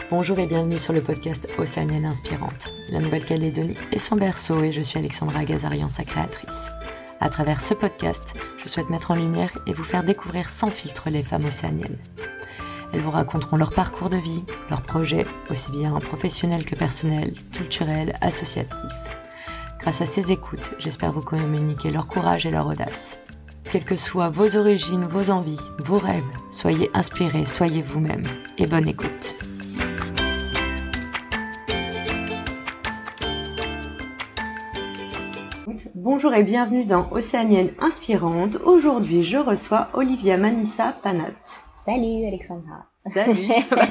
Bonjour et bienvenue sur le podcast Océanienne Inspirante. La Nouvelle-Calédonie est son berceau et je suis Alexandra Gazarian, sa créatrice. À travers ce podcast, je souhaite mettre en lumière et vous faire découvrir sans filtre les femmes océaniennes. Elles vous raconteront leur parcours de vie, leurs projets, aussi bien professionnels que personnels, culturels, associatifs. Grâce à ces écoutes, j'espère vous communiquer leur courage et leur audace. Quelles que soient vos origines, vos envies, vos rêves, soyez inspirés, soyez vous-même et bonne écoute. Bonjour et bienvenue dans Océanienne Inspirante. Aujourd'hui, je reçois Olivia Manissa Panat. Salut Alexandra. Salut.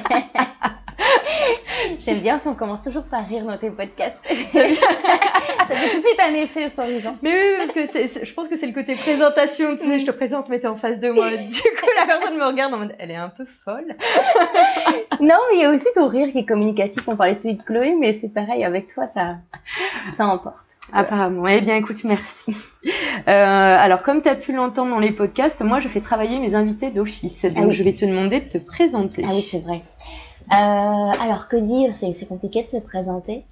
J'aime bien si on commence toujours par rire dans tes podcasts. Ça fait tout de suite un effet euphorisant. Mais oui, parce que je pense que c'est le côté présentation. Tu sais, je te présente, mais t'es en face de moi. Du coup, la personne me regarde en mode, elle est un peu folle. Non, mais il y a aussi ton rire qui est communicatif. On parlait de celui de Chloé, mais c'est pareil avec toi, ça emporte. Apparemment. Eh bien, écoute, merci. Alors, comme tu as pu l'entendre dans les podcasts, moi, je fais travailler mes invités d'office. Donc, je vais te demander de te présenter. Ah oui, c'est vrai. Alors, que dire? C'est compliqué de se présenter.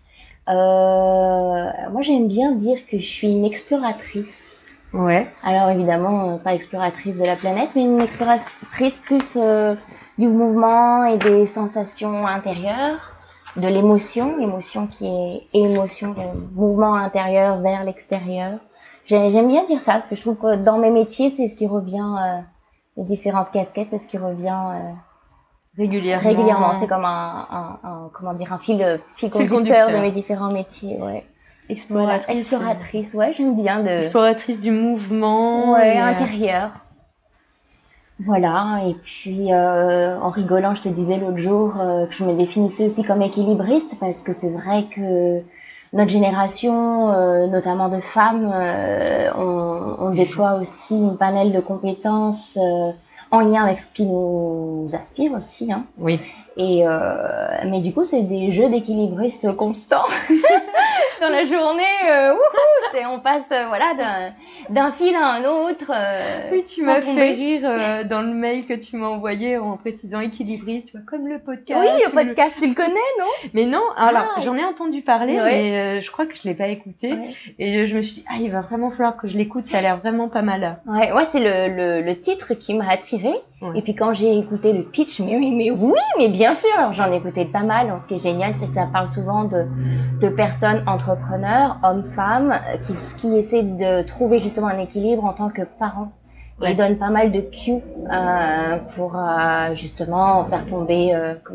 Moi, j'aime bien dire que je suis une exploratrice. Ouais. Alors, évidemment, pas exploratrice de la planète, mais une exploratrice plus du mouvement et des sensations intérieures, de l'émotion qui est émotion, le mouvement intérieur vers l'extérieur. J'aime bien dire ça, parce que je trouve que dans mes métiers, c'est ce qui revient, les différentes casquettes, c'est ce qui revient régulièrement. C'est comme un fil conducteur de mes différents métiers, ouais. Exploratrice, ouais, j'aime bien exploratrice du mouvement. Ouais, intérieur. Voilà, et puis en rigolant, je te disais l'autre jour que je me définissais aussi comme équilibriste, parce que c'est vrai que notre génération, notamment de femmes, on déploie aussi une panel de compétences en lien avec ce qui nous aspire aussi, hein. Oui. Et mais du coup, c'est des jeux d'équilibristes constants dans la journée. On passe d'un fil à un autre. Oui, tu m'as fait rire dans le mail que tu m'as envoyé en précisant équilibriste, tu vois, comme le podcast. Oui, le podcast, tu le connais, non? Mais non, alors j'en ai entendu parler, mais je crois que je l'ai pas écouté. Ouais. Et je me suis dit, il va vraiment falloir que je l'écoute, ça a l'air vraiment pas mal. Ouais, c'est le titre qui m'a attirée. Ouais. Et puis quand j'ai écouté le pitch, mais oui, mais bien sûr, alors j'en ai écouté pas mal. Ce qui est génial, c'est que ça parle souvent de personnes entrepreneurs, hommes, femmes, qui essaient de trouver justement un équilibre en tant que parents. Ouais. Ils donnent pas mal de cues pour justement faire tomber,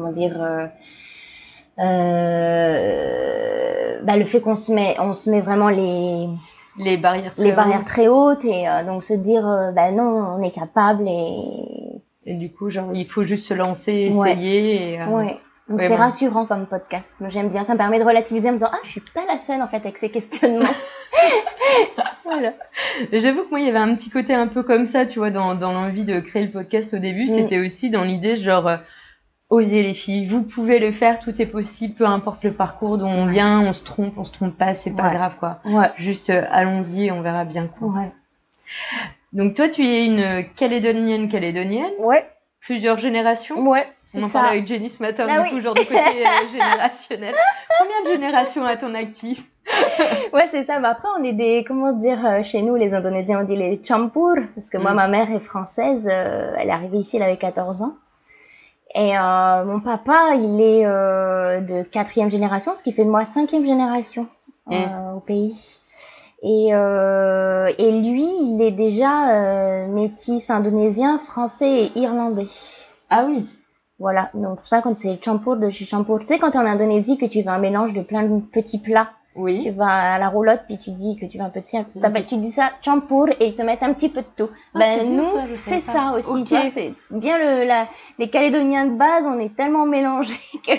le fait qu'on se met vraiment les barrières très hautes et donc se dire non, on est capable et du coup genre il faut juste se lancer, essayer. Ouais. Donc c'est rassurant comme podcast. Moi j'aime bien, ça me permet de relativiser en me disant je suis pas la seule en fait avec ces questionnements. Voilà. J'avoue que moi il y avait un petit côté un peu comme ça, tu vois, dans l'envie de créer le podcast au début, c'était aussi dans l'idée genre osez les filles, vous pouvez le faire, tout est possible, peu importe le parcours dont on vient, on se trompe pas, c'est pas grave quoi. Ouais. Juste allons-y, on verra bien quoi. Ouais. Donc toi tu es une calédonienne. Ouais. Plusieurs générations. Ouais, c'est on en parlait avec Jenny ce matin, du coup genre du côté générationnel. Combien de générations à ton actif? Ouais, c'est ça. Mais après, on est chez nous, les Indonésiens, on dit les campur, parce que moi, ma mère est française, elle est arrivée ici, elle avait 14 ans. Et mon papa, il est de 4e génération, ce qui fait de moi 5e génération au pays. Et lui, il est déjà métis indonésien, français et irlandais. Ah oui. Voilà. Donc pour ça, quand c'est campur de chez campur, tu sais, quand t'es en Indonésie, que tu veux un mélange de plein de petits plats. Oui. Tu vas à la roulotte puis tu dis que tu veux un petit, tu dis ça campur et ils te mettent un petit peu de tout. Nous, c'est ça aussi. Okay. Tu vois, c'est bien les Calédoniens de base, on est tellement mélangés que.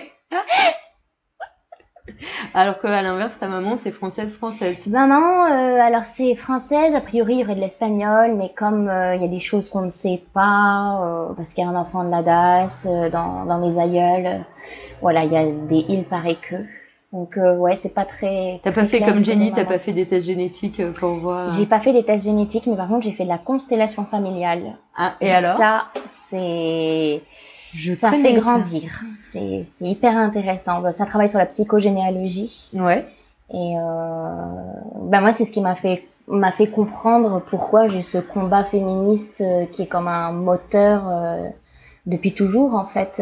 Alors qu'à l'inverse, ta maman, c'est française. Maman, alors c'est française, a priori il y aurait de l'espagnol, mais comme il y a des choses qu'on ne sait pas, parce qu'il y a un enfant de la DAS dans mes aïeuls, voilà, il y a des il paraît que. Donc c'est pas très. T'as pas fait comme Jenny, t'as pas fait des tests génétiques pour voir. J'ai pas fait des tests génétiques, mais par contre j'ai fait de la constellation familiale. Ah, et alors? Ça, c'est Ça fait grandir. C'est hyper intéressant. Ça travaille sur la psychogénéalogie. Ouais. Et moi, c'est ce qui m'a fait comprendre pourquoi j'ai ce combat féministe qui est comme un moteur depuis toujours en fait.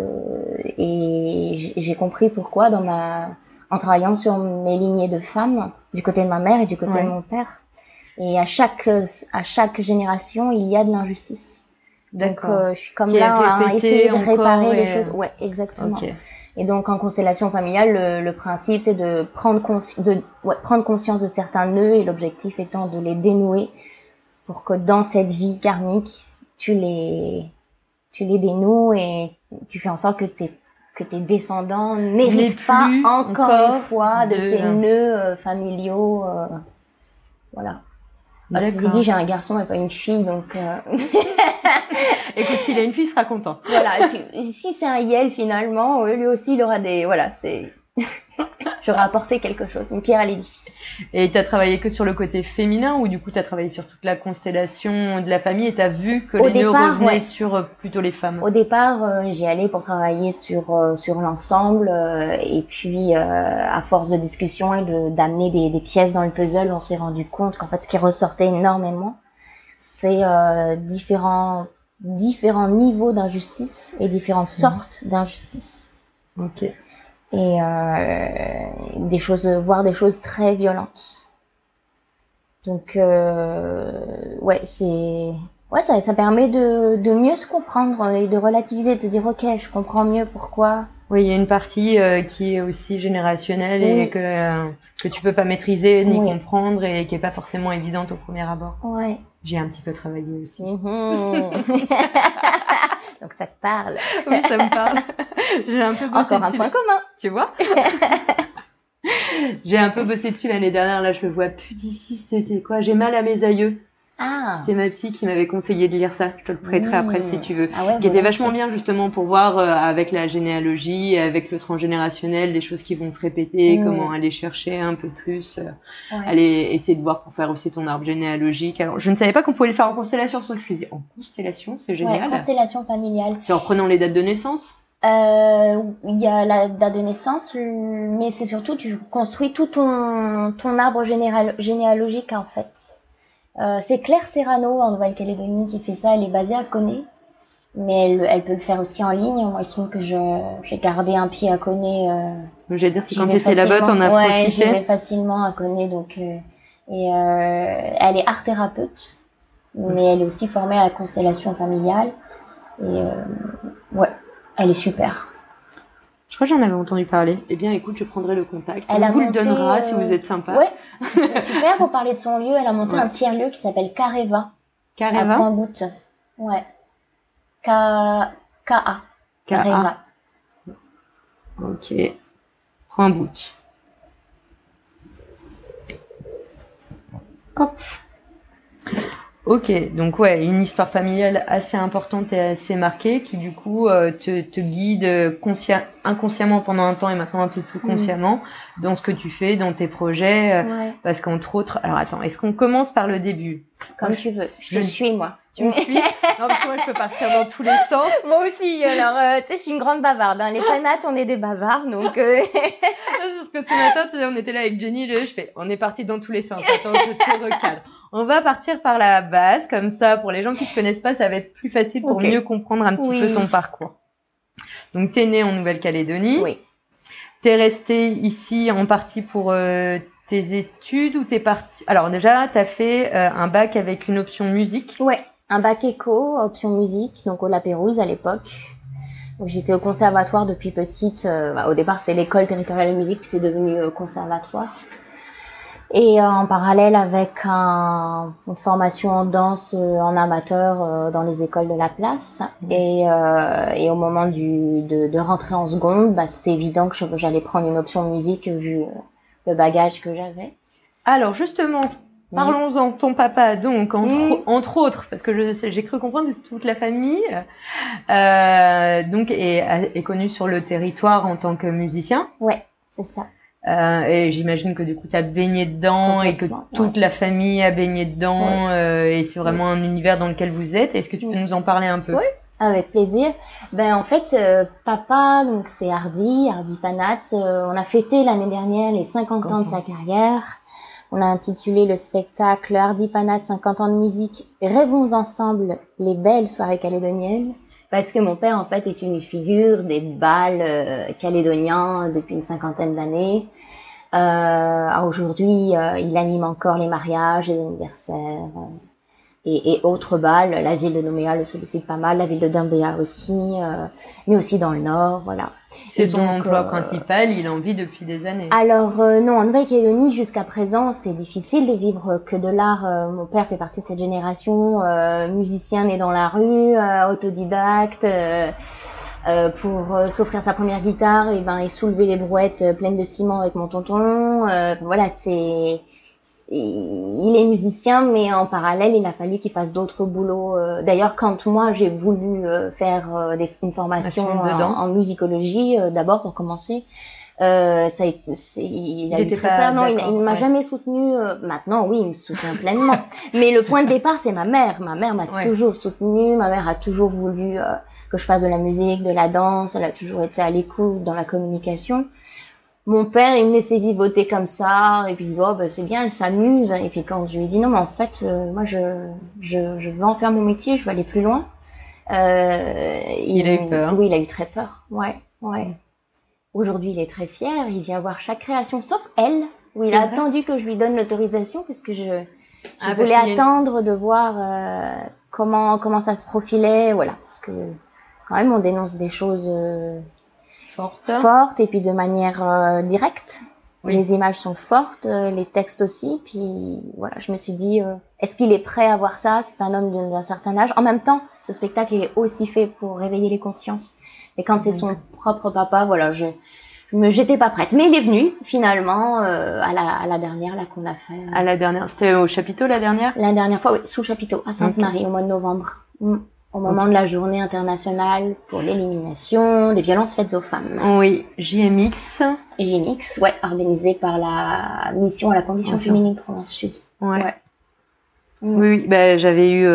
Et j'ai compris pourquoi en travaillant sur mes lignées de femmes du côté de ma mère et du côté de mon père. Et à chaque génération, il y a de l'injustice. Donc je suis comme là à essayer de réparer les choses. Ouais, exactement. Okay. Et donc en constellation familiale, le principe c'est de prendre conscience de certains nœuds et l'objectif étant de les dénouer pour que dans cette vie karmique, tu les dénoues et tu fais en sorte que tes descendants n'héritent pas encore une fois de ces nœuds familiaux. Voilà. Ceci dit, j'ai un garçon et pas une fille, donc... Écoute, s'il a une fille, il sera content. Voilà, et puis si c'est un Yel, finalement, lui aussi, il aura des... Voilà, c'est... J'aurais apporté quelque chose, une pierre à l'édifice. Et t'as travaillé que sur le côté féminin ou du coup t'as travaillé sur toute la constellation de la famille et t'as vu que les nœuds revenaient sur plutôt les femmes? Au départ, j'y allais pour travailler sur l'ensemble et puis à force de discussion et d'amener des pièces dans le puzzle, on s'est rendu compte qu'en fait ce qui ressortait énormément, c'est différents niveaux d'injustice et différentes sortes d'injustice. Ok. Et voire des choses très violentes. Donc ça permet de mieux se comprendre et de relativiser, de se dire ok, je comprends mieux pourquoi. Oui, il y a une partie qui est aussi générationnelle et que tu peux pas maîtriser ni comprendre et qui est pas forcément évidente au premier abord. Ouais. J'ai un petit peu travaillé aussi. Donc ça te parle. Oui, ça me parle. J'ai un peu bossé encore un point commun. Tu vois? J'ai un peu bossé dessus l'année dernière. Là, je le vois plus d'ici. C'était quoi? J'ai mal à mes aïeux. Ah. C'était ma psy qui m'avait conseillé de lire ça. Je te le prêterai après si tu veux. Qui était vachement bien justement pour voir avec la généalogie, avec le transgénérationnel, des choses qui vont se répéter, comment aller chercher un peu plus, aller essayer de voir pour faire aussi ton arbre généalogique. Alors, je ne savais pas qu'on pouvait le faire en constellation, c'est pour ça que je faisais en constellation, c'est génial. Ouais, constellation familiale. C'est en prenant les dates de naissance? Il y a la date de naissance, mais c'est surtout tu construis tout ton arbre généalogique en fait. C'est Claire Serrano en Nouvelle-Calédonie qui fait ça. Elle est basée à Coné, mais elle peut le faire aussi en ligne. Moi, il se trouve que j'ai gardé un pied à Coné. J'allais dire, c'est quand t'étais là-bas, t'en as profité. Ouais, j'y vais facilement à Coné, donc elle est art thérapeute, mais elle est aussi formée à la constellation familiale. Et elle est super. Je crois que j'en avais entendu parler. Eh bien, écoute, je prendrai le contact. Elle vous le donnera si vous êtes sympa. Ouais, c'est super. Pour parler de son lieu, elle a monté un tiers-lieu qui s'appelle Kareva. Kareva. À Point-Goutte. Ouais. K-A. Kareva. Ok. Point-Goutte. Hop. Ok, donc une histoire familiale assez importante et assez marquée qui du coup te guide inconsciemment pendant un temps et maintenant un peu plus consciemment dans ce que tu fais, dans tes projets, parce qu'entre autres... Alors attends, est-ce qu'on commence par le début? Comme tu veux, je te suis moi. Tu me suis? Non, parce que moi je peux partir dans tous les sens. Moi aussi, alors tu sais, je suis une grande bavarde. Les panates, on est des bavards, donc... Parce que ce matin, tu sais, on était là avec Jenny, on est parti dans tous les sens. Attends, je te recadre. On va partir par la base, comme ça, pour les gens qui te connaissent pas, ça va être plus facile pour mieux comprendre un petit peu ton parcours. Donc, t'es née en Nouvelle-Calédonie. Oui. T'es restée ici en partie pour tes études ou t'es partie... Alors déjà, t'as fait un bac avec une option musique. Ouais, un bac éco, option musique, donc au La Pérouse à l'époque. J'étais au conservatoire depuis petite. Au départ, c'était l'école territoriale de musique, puis c'est devenu conservatoire. Et en parallèle avec une formation en danse en amateur dans les écoles de la place. Et au moment de rentrer en seconde, c'était évident que j'allais prendre une option musique vu le bagage que j'avais. Alors justement, parlons-en. Ton papa, donc, entre autres, parce que j'ai cru comprendre que c'est toute la famille, donc est connu sur le territoire en tant que musicien. Ouais, c'est ça. Et j'imagine que du coup t'as baigné dedans et que toute la famille a baigné dedans et c'est vraiment un univers dans lequel vous êtes. Est-ce que tu peux nous en parler un peu? Oui. Avec plaisir. Ben en fait, papa, donc c'est Hardy Panat. On a fêté l'année dernière les 50 ans de sa carrière. On a intitulé le spectacle Hardy Panat 50 ans de musique. Rêvons ensemble les belles soirées calédoniennes. Parce que mon père en fait est une figure des bals calédoniens depuis une cinquantaine d'années. Aujourd'hui, il anime encore les mariages, les anniversaires. Et autres bals, la ville de Nouméa le sollicite pas mal, la ville de Doumbéa aussi, mais aussi dans le nord, voilà. C'est son emploi principal, il en vit depuis des années. Alors non, en Nouvelle-Calédonie, jusqu'à présent, c'est difficile de vivre que de l'art. Mon père fait partie de cette génération, musicien né dans la rue, autodidacte. Pour s'offrir sa première guitare, et ben il soulevait les brouettes pleines de ciment avec mon tonton. Voilà, il est musicien, mais en parallèle, il a fallu qu'il fasse d'autres boulots. D'ailleurs, quand moi j'ai voulu faire une formation en musicologie, d'abord pour commencer, il a eu très peur. Non, il m'a jamais soutenu. Maintenant, oui, il me soutient pleinement. Mais le point de départ, c'est ma mère. Ma mère m'a toujours soutenue. Ma mère a toujours voulu que je fasse de la musique, de la danse. Elle a toujours été à l'écoute dans la communication. Mon père, il me laissait vivoter comme ça, et puis il disait, oh, bah, c'est bien, elle s'amuse. Et puis quand je lui ai dit, non, mais en fait, moi, je veux en faire mon métier, je veux aller plus loin. Il a eu peur. Oui, il a eu très peur. Ouais. Aujourd'hui, il est très fier, il vient voir chaque création, sauf elle, où il a attendu que je lui donne l'autorisation, parce que je voulais attendre de voir comment ça se profilait, voilà, parce que quand même, on dénonce des choses fortes et puis de manière directe. Oui. Les images sont fortes, les textes aussi. Puis voilà, je me suis dit, est-ce qu'il est prêt à voir ça? C'est un homme d'un certain âge. En même temps, ce spectacle il est aussi fait pour réveiller les consciences. Et quand c'est son propre papa, voilà, j'étais pas prête. Mais il est venu finalement à la dernière là qu'on a fait. À la dernière, c'était au chapiteau la dernière? La dernière fois, oui, sous chapiteau à Sainte-Marie au mois de novembre. Au moment de la journée internationale pour l'élimination des violences faites aux femmes. Oui, JMX. JMX, ouais, organisé par la mission à la condition féminine Province Sud. Ouais. Oui, bah, j'avais eu...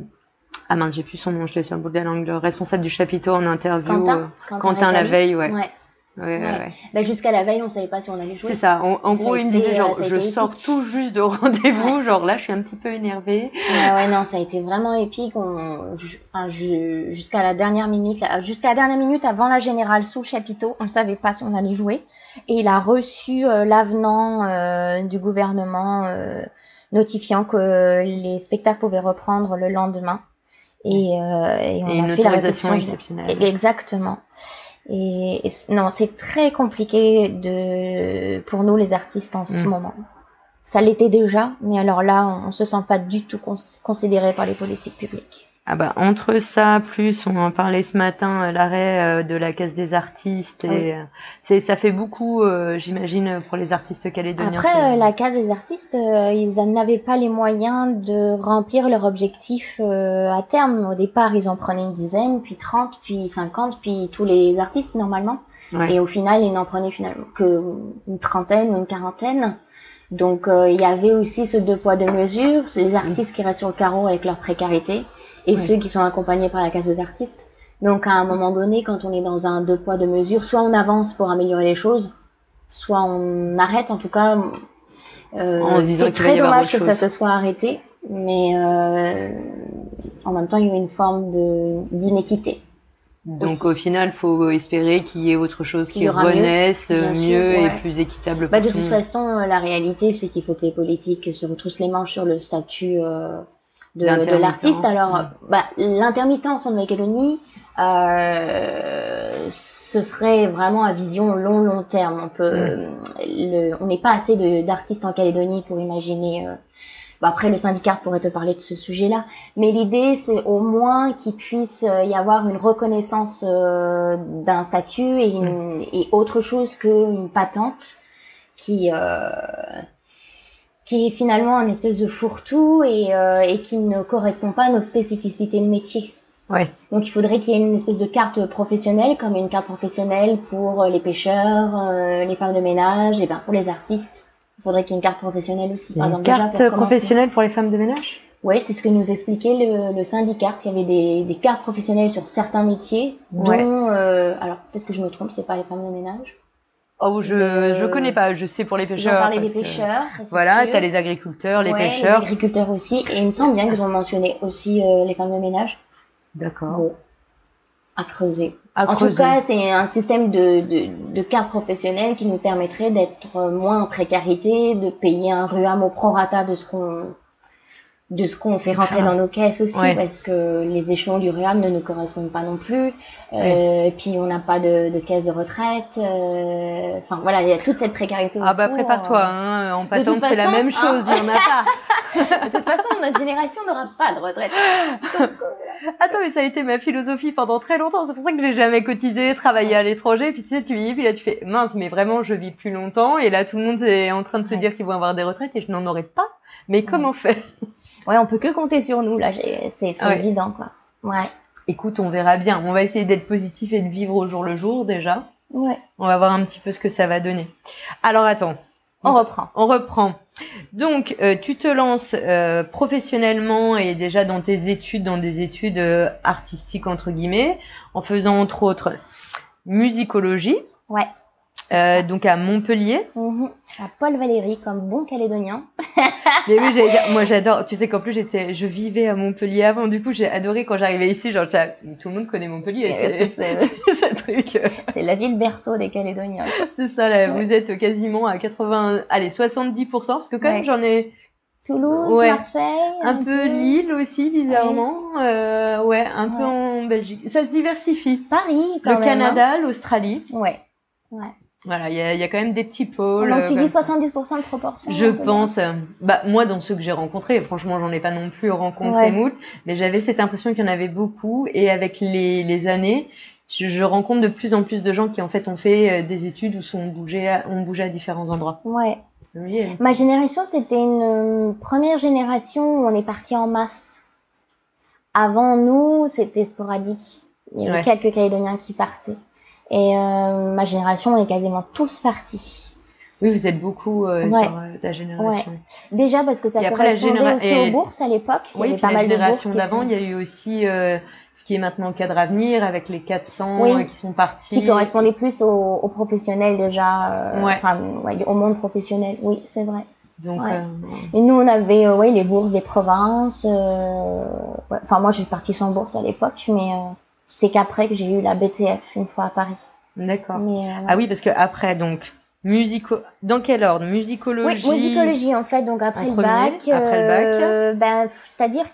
Ah mince, j'ai plus son nom, je l'ai sur le bout de la langue. Le responsable du chapiteau en interview. Quentin la veille, ouais. Ouais. Ben, jusqu'à la veille, on savait pas si on allait jouer. C'est ça. En gros, il me disait genre, je sors tout juste de rendez-vous, genre là, je suis un petit peu énervée. Ouais, non, ça a été vraiment épique. Jusqu'à la dernière minute, avant la générale sous le chapiteau, on savait pas si on allait jouer. Et il a reçu l'avenant du gouvernement notifiant que les spectacles pouvaient reprendre le lendemain. Et on a fait la répétition exceptionnelle. Exactement. Et non, c'est très compliqué pour nous les artistes en ce moment. Ça l'était déjà, mais alors là, on se sent pas du tout considéré par les politiques publiques. Ah bah entre ça, plus on en parlait ce matin, l'arrêt de la Caisse des artistes, et ça fait beaucoup, j'imagine, pour les artistes calédoniens. Après, la Caisse des artistes, ils n'avaient pas les moyens de remplir leur objectif à terme. Au départ, ils en prenaient une dizaine, puis 30, puis 50, puis tous les artistes normalement. Ouais. Et au final, ils n'en prenaient finalement que une trentaine ou une quarantaine. Donc, il y avait aussi ce 2 poids 2 mesures, les artistes qui restent sur le carreau avec leur précarité. Et ceux qui sont accompagnés par la Caisse des artistes. Donc, à un moment donné, quand on est dans un 2 poids 2 mesures, soit on avance pour améliorer les choses, soit on arrête. En tout cas, c'est très dommage que ça se soit arrêté. Mais en même temps, il y a une forme d'inéquité. Donc, au final, faut espérer qu'il y ait autre chose qui renaisse mieux et plus équitable pour de toute façon, la réalité, c'est qu'il faut que les politiques se retroussent les manches sur le statut de l'artiste. Alors, l'intermittence en Nouvelle-Calédonie, ce serait vraiment à vision long terme. On n'est pas assez d'artistes en Calédonie pour imaginer. Après, le syndicat pourrait te parler de ce sujet-là, mais l'idée, c'est au moins qu'il puisse y avoir une reconnaissance d'un statut et autre chose qu'une patente qui est finalement un espèce de fourre-tout et qui ne correspond pas à nos spécificités de métier. Ouais. Donc il faudrait qu'il y ait une espèce de carte professionnelle, comme une carte professionnelle pour les pêcheurs, les femmes de ménage, et pour les artistes. Il faudrait qu'il y ait une carte professionnelle aussi. Par exemple, carte professionnelle pour les femmes de ménage? Ouais, c'est ce que nous expliquait le syndicat, qu'il y avait des cartes professionnelles sur certains métiers, dont, alors peut-être que je me trompe, c'est pas les femmes de ménage. Oh, je connais pas, je sais pour les pêcheurs. Ils ont parlé des pêcheurs, ça c'est voilà, sûr. T'as les agriculteurs, les les pêcheurs. agriculteurs aussi, et il me semble bien qu'ils ont mentionné aussi les femmes de ménage. D'accord. Bon, à creuser. En tout cas, c'est un système de cartes professionnelles qui nous permettrait d'être moins en précarité, de payer un RUAM au prorata de ce qu'on fait rentrer dans nos caisses aussi, parce que les échelons du RUAM ne nous correspondent pas non plus. Puis on n'a pas de caisse de retraite. Enfin voilà, il y a toute cette précarité autour. Ah bah prépare-toi, hein, en patente c'est la même chose, il y en a pas. De toute façon, notre génération n'aura pas de retraite. Donc, attends, mais ça a été ma philosophie pendant très longtemps. C'est pour ça que j'ai jamais cotisé, travaillé à l'étranger. Puis tu sais, tu vis, puis là tu fais mince, mais vraiment je vis plus longtemps. Et là tout le monde est en train de se dire qu'ils vont avoir des retraites et je n'en aurai pas. Mais comment faire? Ouais, on peut que compter sur nous là. C'est évident quoi. Ouais. Écoute, on verra bien. On va essayer d'être positif et de vivre au jour le jour déjà. Ouais. On va voir un petit peu ce que ça va donner. Alors attends. On reprend. Donc, tu te lances professionnellement et déjà dans tes études, dans des études artistiques entre guillemets, en faisant entre autres musicologie. Ouais. Donc à Montpellier. À Paul Valéry, comme bon Calédonien. Mais oui, j'allais dire, moi j'adore. Tu sais qu'en plus je vivais à Montpellier avant. Du coup, j'ai adoré quand j'arrivais ici. Genre, tout le monde connaît Montpellier. C'est ce truc. C'est la ville berceau des Calédoniens. C'est ça, là. Ouais. Vous êtes quasiment à 70%, parce que quand même j'en ai. Toulouse, Marseille. Un peu Lille aussi, bizarrement. Ouais, un peu en Belgique. Ça se diversifie. Paris, quand même. Le Canada, l'Australie. Ouais. Voilà, il y a quand même des petits pôles. Donc tu dis 70% de proportion. Je pense. Bah moi, dans ceux que j'ai rencontrés, franchement, j'en ai pas non plus rencontré moult, mais j'avais cette impression qu'il y en avait beaucoup. Et avec les années, je rencontre de plus en plus de gens qui en fait ont fait des études ou ont bougé à différents endroits. Ouais. Oui. Ma génération, c'était une première génération où on est parti en masse. Avant nous, c'était sporadique. Il y avait quelques Calédoniens qui partaient. Et ma génération, on est quasiment tous partis. Oui, vous êtes beaucoup sur ta génération. Ouais. Déjà parce que ça correspondait aussi aux bourses à l'époque. Oui, il y avait pas mal de bourses. La génération d'avant, il y a eu aussi ce qui est maintenant Cadre Avenir avec les 400 qui sont partis. Qui correspondait plus aux professionnels déjà. Au monde professionnel. Oui, c'est vrai. Donc, Et nous, on avait les bourses des provinces. Enfin, moi, je suis partie sans bourse à l'époque, mais c'est qu'après que j'ai eu la BTF une fois à Paris. D'accord. Ah oui, parce que après, donc, dans quel ordre? Musicologie? Oui, musicologie, en fait, donc après le bac. Après le bac. C'est-à-dire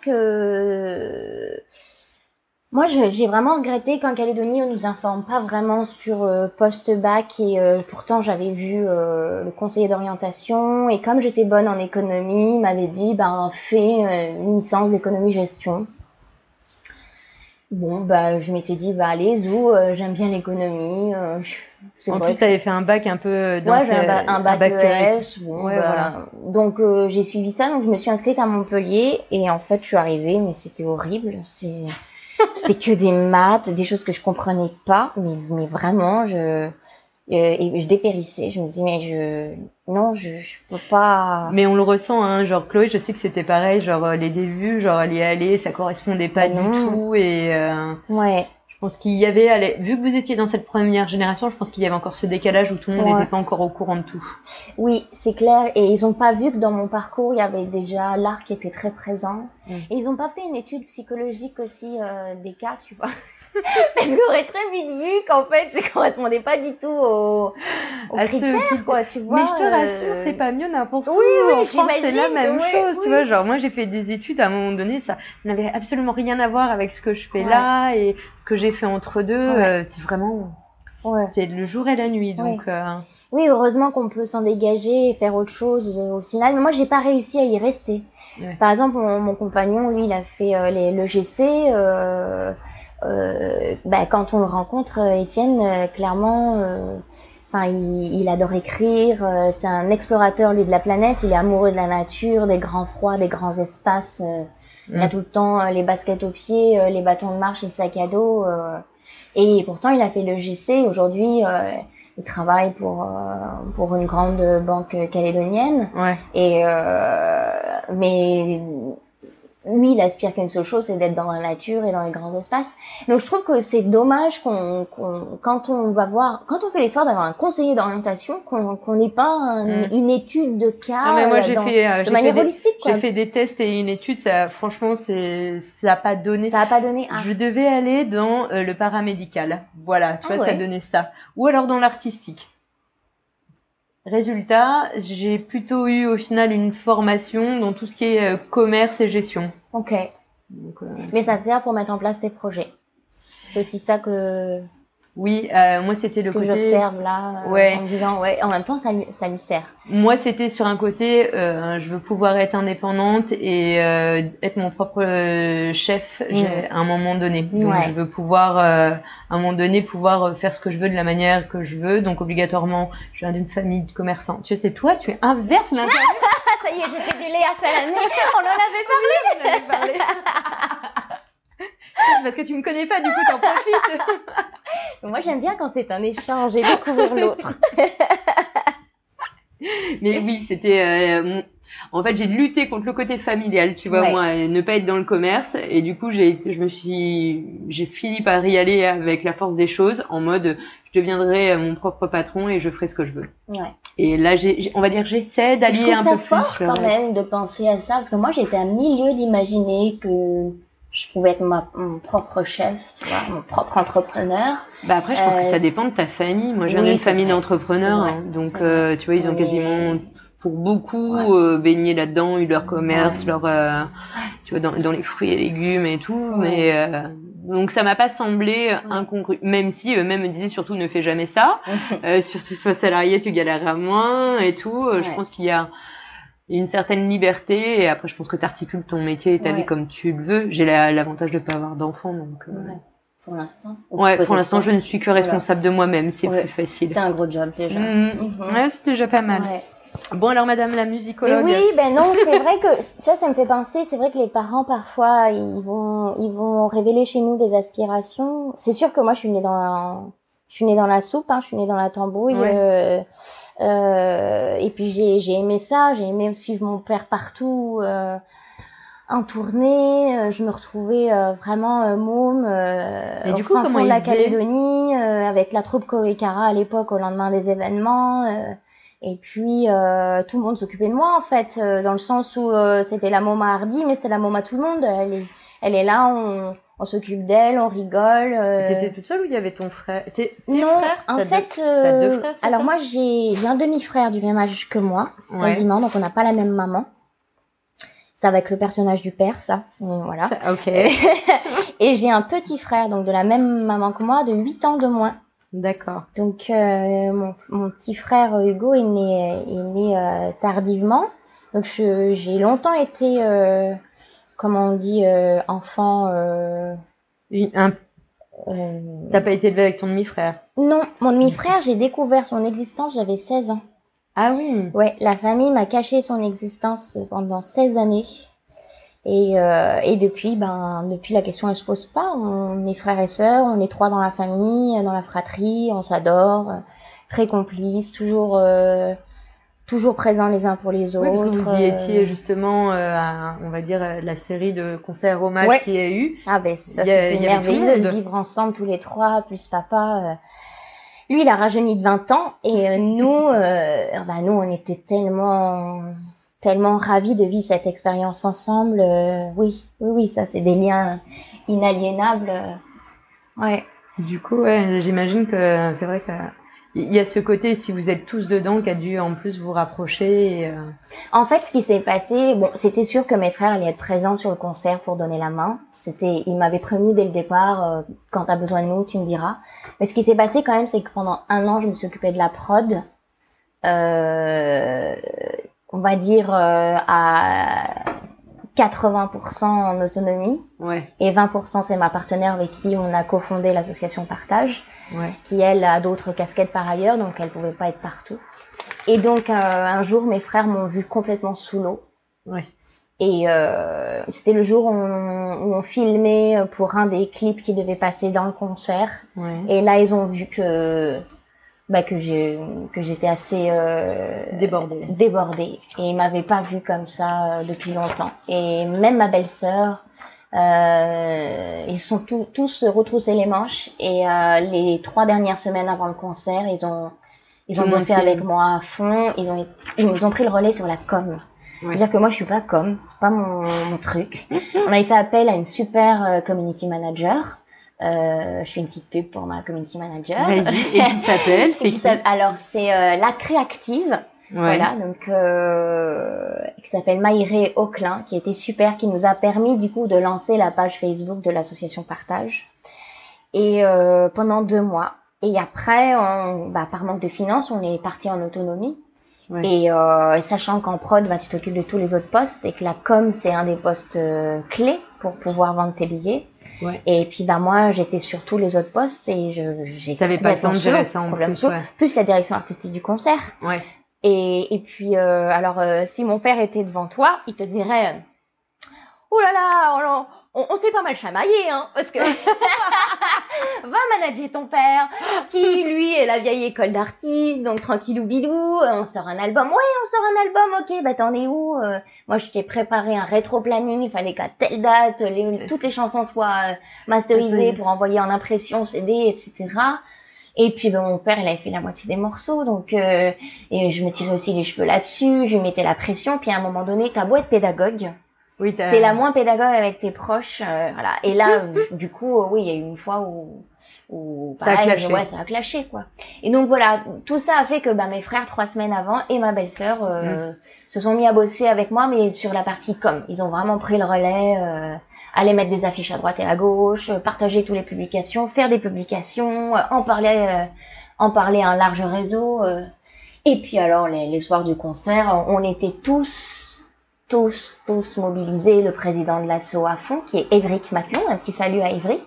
que moi, j'ai vraiment regretté qu'en Calédonie, on nous informe pas vraiment sur post-bac et pourtant j'avais vu le conseiller d'orientation et comme j'étais bonne en économie, il m'avait dit fais une licence d'économie-gestion. Bon, je m'étais dit, allez, j'aime bien l'économie. En plus, t'avais fait un bac un peu dans un bac ES. Voilà. Donc, j'ai suivi ça. Donc, je me suis inscrite à Montpellier. Et en fait, je suis arrivée, mais c'était horrible. C'était que des maths, des choses que je comprenais pas. Mais vraiment, et je dépérissais. Je me dis, mais je peux pas. Mais on le ressent, hein. Genre, Chloé, je sais que c'était pareil. Genre, les débuts, genre, elle y allait, ça correspondait pas du tout. Et, je pense qu'il y avait, vu que vous étiez dans cette première génération, je pense qu'il y avait encore ce décalage où tout le monde n'était pas encore au courant de tout. Oui, c'est clair. Et ils ont pas vu que dans mon parcours, il y avait déjà l'art qui était très présent. Et ils ont pas fait une étude psychologique aussi, des cas, tu vois. Parce qu'on aurait très vite vu qu'en fait, je correspondais pas du tout aux critères, quoi, tu vois. Mais je te rassure, c'est pas mieux n'importe où. Oui, en France, c'est la même chose, tu vois. Genre, moi, j'ai fait des études, à un moment donné, ça n'avait absolument rien à voir avec ce que je fais là et ce que j'ai fait entre deux. C'est vraiment, c'est le jour et la nuit, donc. Oui, heureusement qu'on peut s'en dégager et faire autre chose au final. Mais moi, j'ai pas réussi à y rester. Par exemple, mon compagnon, lui, il a fait le GC. Quand on le rencontre, Étienne, clairement, il adore écrire. C'est un explorateur, lui, de la planète. Il est amoureux de la nature, des grands froids, des grands espaces. Il a tout le temps les baskets aux pieds, les bâtons de marche et le sac à dos. Et pourtant, il a fait le GC. Aujourd'hui, il travaille pour une grande banque calédonienne. Ouais. Et mais lui, il aspire qu'une seule chose, c'est d'être dans la nature et dans les grands espaces. Donc, je trouve que c'est dommage quand on fait l'effort d'avoir un conseiller d'orientation, qu'on n'ait pas une étude de cas, mais moi, de manière holistique, quoi. J'ai fait des tests et une étude, ça, franchement, ça a pas donné. Ça a pas donné. Je devais aller dans le paramédical. Voilà, tu vois, ouais. ça donnait ça. Ou alors dans l'artistique. Résultat, j'ai plutôt eu au final une formation dans tout ce qui est commerce et gestion. Ok. Donc, mais ça te sert pour mettre en place tes projets. C'est aussi ça que... Oui, moi c'était le côté... j'observe là, en me disant, en même temps, ça lui sert. Moi c'était sur un côté, je veux pouvoir être indépendante et être mon propre chef à un moment donné. Donc je veux pouvoir, à un moment donné, pouvoir faire ce que je veux de la manière que je veux. Donc obligatoirement, je viens d'une famille de commerçants. Tu sais, toi, tu inverses l'interview. Ça y est, j'ai fait du lait à Salamé. On en avait parlé. C'est parce que tu me connais pas, du coup, t'en profites. Moi, j'aime bien quand c'est un échange et découvrir l'autre. Mais oui, c'était... en fait, j'ai lutté contre le côté familial, tu vois, moi, et ne pas être dans le commerce. Et du coup, j'ai fini par y aller avec la force des choses, en mode, je deviendrai mon propre patron et je ferai ce que je veux. Ouais. Et là, on va dire, j'essaie d'allier un peu plus. Je trouve ça fort quand même de penser à ça, parce que moi, j'étais à milieu d'imaginer que je pouvais être mon propre chef, tu vois, mon propre entrepreneur. Bah après, je pense que ça dépend de ta famille. Moi, je viens d'une famille d'entrepreneurs, vrai, donc tu vois, ils ont quasiment, pour beaucoup, baigné là-dedans, eu leur commerce, leur, tu vois, dans les fruits et légumes et tout. Mais donc ça m'a pas semblé incongru, même si eux-mêmes me disaient surtout ne fais jamais ça, surtout sois salarié, tu galéreras moins et tout. Je pense qu'il y a une certaine liberté et après je pense que tu articules ton métier et ta vie comme tu le veux. J'ai l'avantage de pas avoir d'enfants donc pour l'instant. Pour l'instant je ne suis que responsable de moi-même, c'est plus facile. C'est un gros job déjà. Ouais, c'est déjà pas mal. Bon alors madame la musicologue. Mais oui, ben non, c'est vrai que tu vois, ça me fait penser, c'est vrai que les parents parfois ils vont révéler chez nous des aspirations. C'est sûr que moi je suis née dans la soupe, je suis née dans la tambouille. Et puis j'ai aimé ça, j'ai aimé suivre mon père partout en tournée. Je me retrouvais vraiment môme au fin fond de la Calédonie avec la troupe Koekara à l'époque au lendemain des événements. Et puis tout le monde s'occupait de moi en fait, dans le sens où c'était la môme à Hardy, mais c'est la môme à tout le monde. Elle est là, on s'occupe d'elle, on rigole. T'étais toute seule ou il y avait ton frère? Non, frères? en fait, t'as deux frères, alors moi j'ai un demi-frère du même âge que moi, quasiment, donc on n'a pas la même maman. Ça va avec le personnage du père, ça, voilà. Ok. Et j'ai un petit frère, donc de la même maman que moi, de 8 ans de moins. D'accord. Donc mon petit frère Hugo est né tardivement, donc j'ai longtemps été comment on dit, enfant... T'as pas été élevé avec ton demi-frère? Non, mon demi-frère, j'ai découvert son existence, j'avais 16 ans. Ah oui? Ouais, la famille m'a caché son existence pendant 16 années. Et depuis, la question elle se pose pas. On est frères et sœurs, on est 3 dans la famille, dans la fratrie, on s'adore, très complices, toujours présents les uns pour les autres. Oui, parce que vous y étiez justement on va dire la série de concerts hommage qu'il y a eu. Ah ben ça c'était merveilleux de vivre ensemble tous les 3 plus papa. Lui il a rajeuni de 20 ans et nous on était tellement ravis de vivre cette expérience ensemble. Oui, ça c'est des liens inaliénables. Du coup, j'imagine que c'est vrai que il y a ce côté, si vous êtes tous dedans, qui a dû en plus vous rapprocher. En fait, ce qui s'est passé, c'était sûr que mes frères allaient être présents sur le concert pour donner la main. Ils m'avaient prévenu dès le départ, quand t'as besoin de nous, tu me diras. Mais ce qui s'est passé quand même, c'est que pendant 1 an, je me suis occupée de la prod. On va dire à 80% en autonomie. Et 20% c'est ma partenaire avec qui on a cofondé l'association Partage, qui elle a d'autres casquettes par ailleurs, donc elle pouvait pas être partout. Et donc un jour mes frères m'ont vu complètement sous l'eau. Et c'était le jour où on filmait pour un des clips qui devait passer dans le concert. Et là ils ont vu que que j'étais assez débordée et ils m'avaient pas vue comme ça depuis longtemps. Et même ma belle-sœur, ils sont tous retroussé les manches et les 3 dernières semaines avant le concert, ils ont bossé avec moi à fond. Ils nous ont pris le relais sur la com. Ouais. C'est-à-dire que moi, je suis pas com, c'est pas mon truc. On avait fait appel à une super community manager. Je fais une petite pub pour ma community manager. Vas-y. Et qui s'appelle? C'est qui? Alors, c'est la Créactive. Ouais. Voilà, donc qui s'appelle Maïré Auclin, qui était super, qui nous a permis du coup de lancer la page Facebook de l'association Partage. Et pendant 2 mois. Et après, par manque de finances, on est parti en autonomie. Ouais. Et sachant qu'en prod, tu t'occupes de tous les autres postes et que la com, c'est un des postes clés pour pouvoir vendre tes billets. Ouais. Et puis moi, j'étais sur tous les autres postes et j'ai t'avais pas le temps de gérer ça en plus, ouais. Plus la direction artistique du concert. Ouais. Et puis alors si mon père était devant toi, il te dirait oh là là, on s'est pas mal chamaillé, hein, parce que va manager ton père, qui lui est la vieille école d'artistes, donc tranquillou bilou, on sort un album, ok, t'en es où? Moi je t'ai préparé un rétro-planning, il fallait qu'à telle date, toutes les chansons soient masterisées pour envoyer en impression, CD, etc. Et puis mon père, il avait fait la moitié des morceaux, donc et je me tirais aussi les cheveux là-dessus, je lui mettais la pression, puis à un moment donné, t'as beau être pédagogue, oui, t'es la moins pédagogue avec tes proches, voilà. Et là, du coup, oui, il y a eu une fois où pareil, ça a clashé, quoi. Et donc voilà, tout ça a fait que mes frères 3 semaines avant et ma belle-sœur se sont mis à bosser avec moi, mais sur la partie com. Ils ont vraiment pris le relais, aller mettre des affiches à droite et à gauche, partager toutes les publications, faire des publications, en parler à un large réseau. Et puis alors les soirs du concert, on était tous mobilisés, le président de l'asso à fond, qui est Évric Matlon, un petit salut à Évric.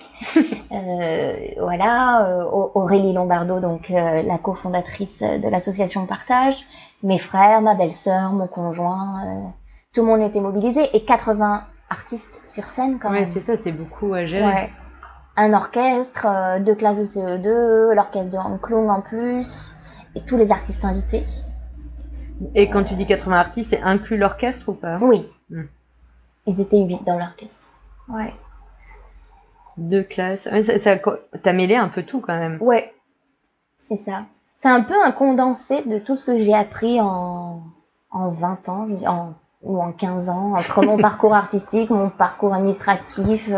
Voilà, Aurélie Lombardo, donc la cofondatrice de l'association Partage, mes frères, ma belle-sœur, mon conjoint, tout le monde était mobilisé, et 80 artistes sur scène quand même. Ouais, c'est ça, c'est beaucoup à gérer. Ouais. Un orchestre, 2 classes de CE2, l'orchestre de Hanklung en plus, et tous les artistes invités. Et quand tu dis 80 artistes, c'est inclus l'orchestre ou pas? Oui. Ils étaient 8 dans l'orchestre. Ouais. 2 classes. T'as mêlé un peu tout quand même. Ouais. C'est ça. C'est un peu un condensé de tout ce que j'ai appris en 20 ans, ou en 15 ans, entre mon parcours artistique, mon parcours administratif,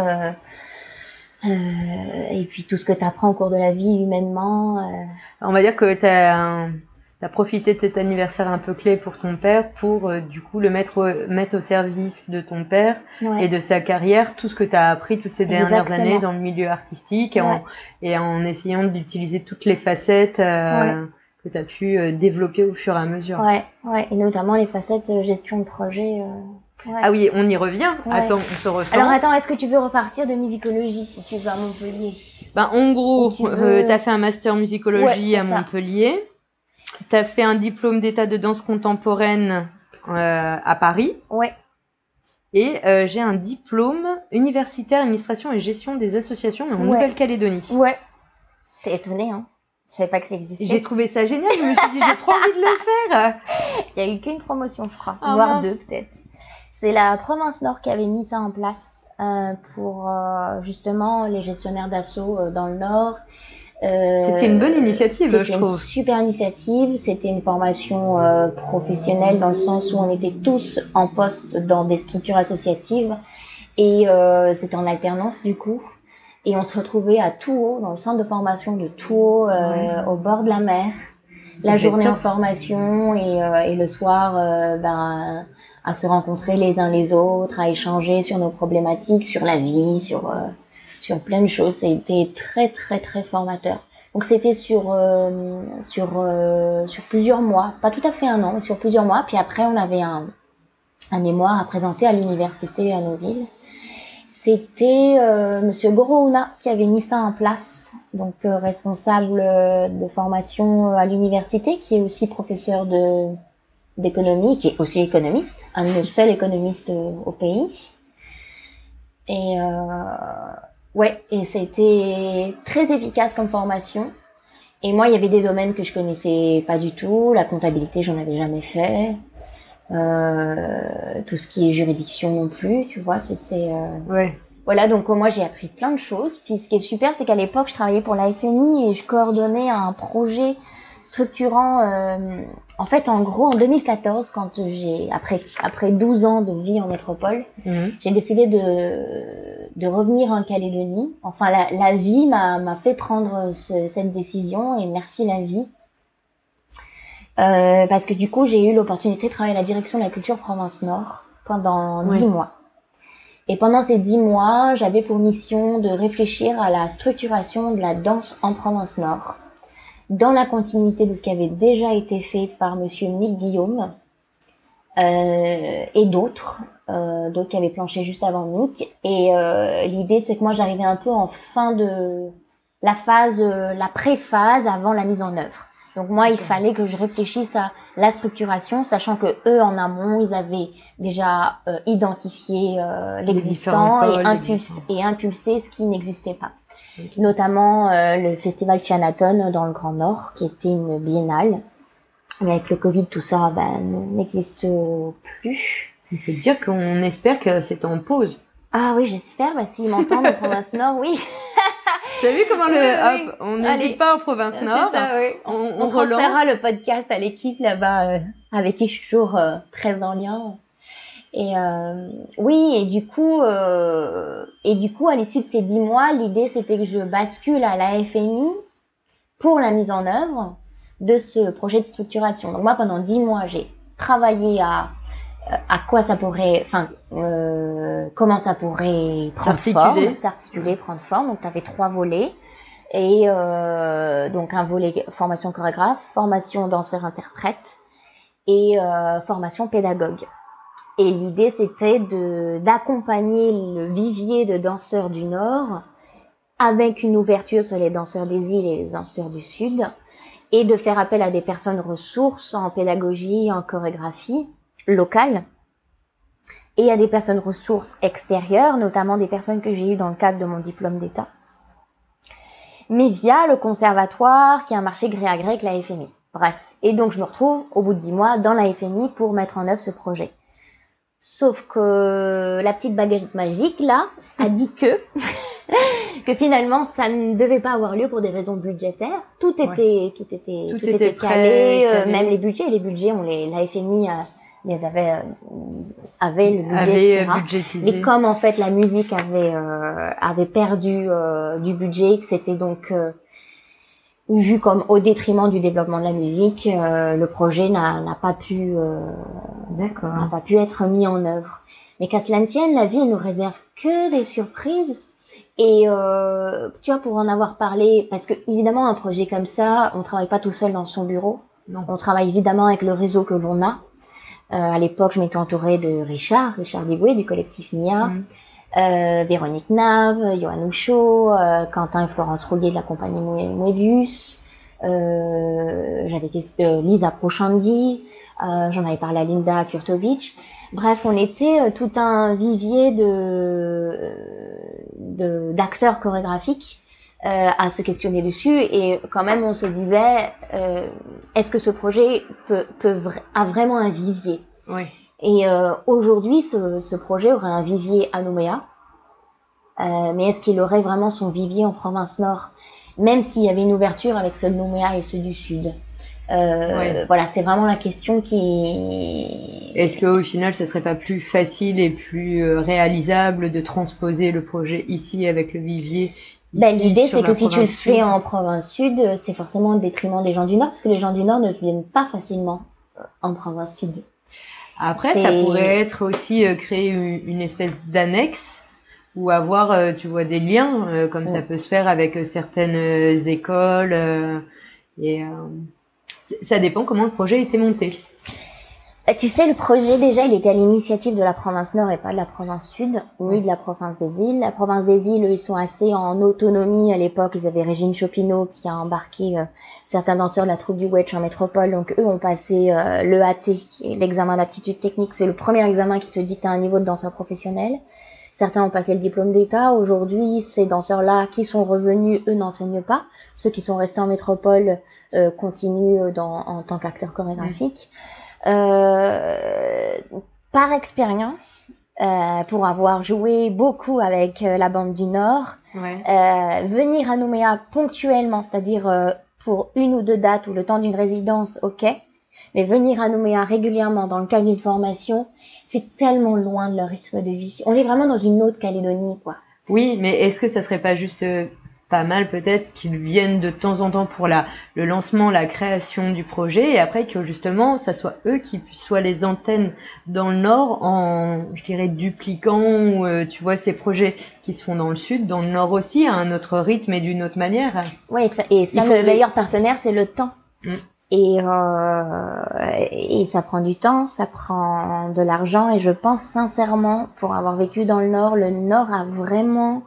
et puis tout ce que t'apprends au cours de la vie humainement. On va dire que t'as profité de cet anniversaire un peu clé pour ton père pour du coup le mettre au service de ton père et de sa carrière, tout ce que t'as appris toutes ces dernières années dans le milieu artistique et en essayant d'utiliser toutes les facettes que t'as pu développer au fur et à mesure. Ouais, et notamment les facettes gestion de projet. Ah oui, on y revient. Attends, on se ressent. Alors attends, est-ce que tu veux repartir de musicologie si tu vas à Montpellier? En gros, t'as fait un master musicologie à Montpellier. T'as fait un diplôme d'état de danse contemporaine à Paris. Ouais. Et j'ai un diplôme universitaire administration et gestion des associations mais en Nouvelle-Calédonie. Ouais. T'es étonnée, hein? Je savais pas que ça existait. J'ai trouvé ça génial. Je me suis dit, j'ai trop envie de le faire. Il y a eu qu'une promotion, je crois, voire 2 peut-être. C'est la province Nord qui avait mis ça en place pour justement les gestionnaires d'assaut dans le Nord. C'était une bonne initiative, je trouve. C'était une super initiative. C'était une formation professionnelle dans le sens où on était tous en poste dans des structures associatives et c'était en alternance du coup. Et on se retrouvait à Touhaut, dans le centre de formation de Touhaut, au bord de la mer. La journée en formation et le soir, à se rencontrer les uns les autres, à échanger sur nos problématiques, sur la vie, sur plein de choses. C'était très très très formateur. Donc c'était sur plusieurs mois, pas tout à fait 1 an, mais sur plusieurs mois. Puis après on avait un mémoire à présenter à l'université à Noville. C'était Monsieur Gorouna qui avait mis ça en place, donc responsable de formation à l'université, qui est aussi professeur d'économie, qui est aussi économiste, un de nos seuls économistes au pays. Et et c'était très efficace comme formation. Et moi, il y avait des domaines que je connaissais pas du tout. La comptabilité, j'en avais jamais fait. Tout ce qui est juridiction non plus, tu vois, c'était... Ouais. Voilà, donc moi j'ai appris plein de choses. Puis ce qui est super, c'est qu'à l'époque, je travaillais pour la FMI et je coordonnais un projet structurant. En fait, en gros, en 2014, quand après 12 ans de vie en métropole, j'ai décidé de revenir en Calédonie. Enfin, la vie m'a fait prendre cette décision et merci la vie. Parce que du coup, j'ai eu l'opportunité de travailler à la direction de la culture Provence Nord pendant 10 mois. Et pendant ces 10 mois, j'avais pour mission de réfléchir à la structuration de la danse en Provence Nord, dans la continuité de ce qui avait déjà été fait par monsieur Mick Guillaume et d'autres qui avaient planché juste avant Mick. Et l'idée, c'est que moi, j'arrivais un peu en fin de la phase, la pré-phase avant la mise en œuvre. Donc moi, il fallait que je réfléchisse à la structuration, sachant que eux, en amont, ils avaient déjà identifié l'existant et impulsé ce qui n'existait pas. Notamment le festival Chinatown dans le Grand Nord, qui était une biennale. Mais avec le Covid, tout ça n'existe plus. Il faut dire qu'on espère que c'est en pause. Ah oui, j'espère. S'ils m'entendent en province Nord, oui. T'as vu comment hop, on n'hésite pas en province Nord. Ça, oui. On transférera le podcast à l'équipe là-bas, avec qui je suis toujours très en lien. Et oui, et du coup, à l'issue de ces 10 mois, l'idée c'était que je bascule à la FMI pour la mise en œuvre de ce projet de structuration. Donc moi, pendant 10 mois, j'ai travaillé à quoi ça pourrait, comment ça pourrait s'articuler, prendre forme. Donc, tu avais 3 volets. Et donc, un volet formation chorégraphe, formation danseur-interprète et formation pédagogue. Et l'idée, c'était d'accompagner le vivier de danseurs du Nord avec une ouverture sur les danseurs des îles et les danseurs du Sud et de faire appel à des personnes ressources en pédagogie, en chorégraphie locale et à des personnes ressources extérieures, notamment des personnes que j'ai eues dans le cadre de mon diplôme d'État, mais via le conservatoire qui a un marché gré à gré avec la FMI. Bref, et donc je me retrouve au bout de 10 mois dans la FMI pour mettre en œuvre ce projet. Sauf que la petite baguette magique là a dit que finalement ça ne devait pas avoir lieu pour des raisons budgétaires. Tout était calé, même les budgets, la FMI les avait le budget, etc. Budgétisé. Mais comme en fait la musique avait perdu du budget, que c'était donc vu comme au détriment du développement de la musique, le projet n'a pas pu être mis en œuvre. Mais qu'à cela ne tienne, la vie elle nous réserve que des surprises. Et tu vois, pour en avoir parlé, parce que évidemment un projet comme ça, on travaille pas tout seul dans son bureau. Non. On travaille évidemment avec le réseau que l'on a. À l'époque, je m'étais entourée de Richard Digoué du collectif NIA, Véronique Nave, Johan Houchot, Quentin et Florence Roulier de la compagnie Moebius, j'avais Lisa Prochandi, j'en avais parlé à Linda Kurtovic. Bref, on était tout un vivier d'acteurs chorégraphiques à se questionner dessus, et quand même on se disait est-ce que ce projet a vraiment un vivier? Oui. Et aujourd'hui ce projet aurait un vivier à Nouméa, mais est-ce qu'il aurait vraiment son vivier en province Nord, même s'il y avait une ouverture avec ceux de Nouméa et ceux du Sud? Voilà, c'est vraiment la question qui... Est-ce qu'au final, ce serait pas plus facile et plus réalisable de transposer le projet ici avec le vivier? L'idée, c'est que si tu le fais en province Sud, c'est forcément au détriment des gens du Nord, parce que les gens du Nord ne viennent pas facilement en province Sud. Après, ça pourrait être aussi créer une espèce d'annexe ou avoir, tu vois, des liens, comme ça peut se faire avec certaines écoles. Ça dépend comment le projet a été monté. Tu sais, le projet, déjà, il était à l'initiative de la province Nord et pas de la province Sud, ni de la province des îles. La province des îles, eux, ils sont assez en autonomie. À l'époque, ils avaient Régine Chopineau qui a embarqué certains danseurs de la troupe du Wedge en métropole. Donc, eux ont passé l'EAT, qui est l'examen d'aptitude technique. C'est le premier examen qui te dit que tu as un niveau de danseur professionnel. Certains ont passé le diplôme d'État. Aujourd'hui, ces danseurs-là qui sont revenus, eux n'enseignent pas. Ceux qui sont restés en métropole continuent en tant qu'acteurs chorégraphiques. Par expérience, pour avoir joué beaucoup avec la Bande du Nord, venir à Nouméa ponctuellement, c'est-à-dire pour 1 ou 2 dates ou le temps d'une résidence, ok. Mais venir à Nouméa régulièrement dans le cadre d'une formation, c'est tellement loin de leur rythme de vie. On est vraiment dans une autre Calédonie, quoi. Oui, mais est-ce que ça serait pas juste pas mal peut-être qu'ils viennent de temps en temps pour le lancement, la création du projet, et après que justement ça soit eux qui soient les antennes dans le Nord en, je dirais, dupliquant, tu vois, ces projets qui se font dans le Sud, dans le Nord aussi, à un autre rythme et d'une autre manière. Oui, le meilleur partenaire, c'est le temps. Et ça prend du temps, ça prend de l'argent, et je pense sincèrement, pour avoir vécu dans le Nord a vraiment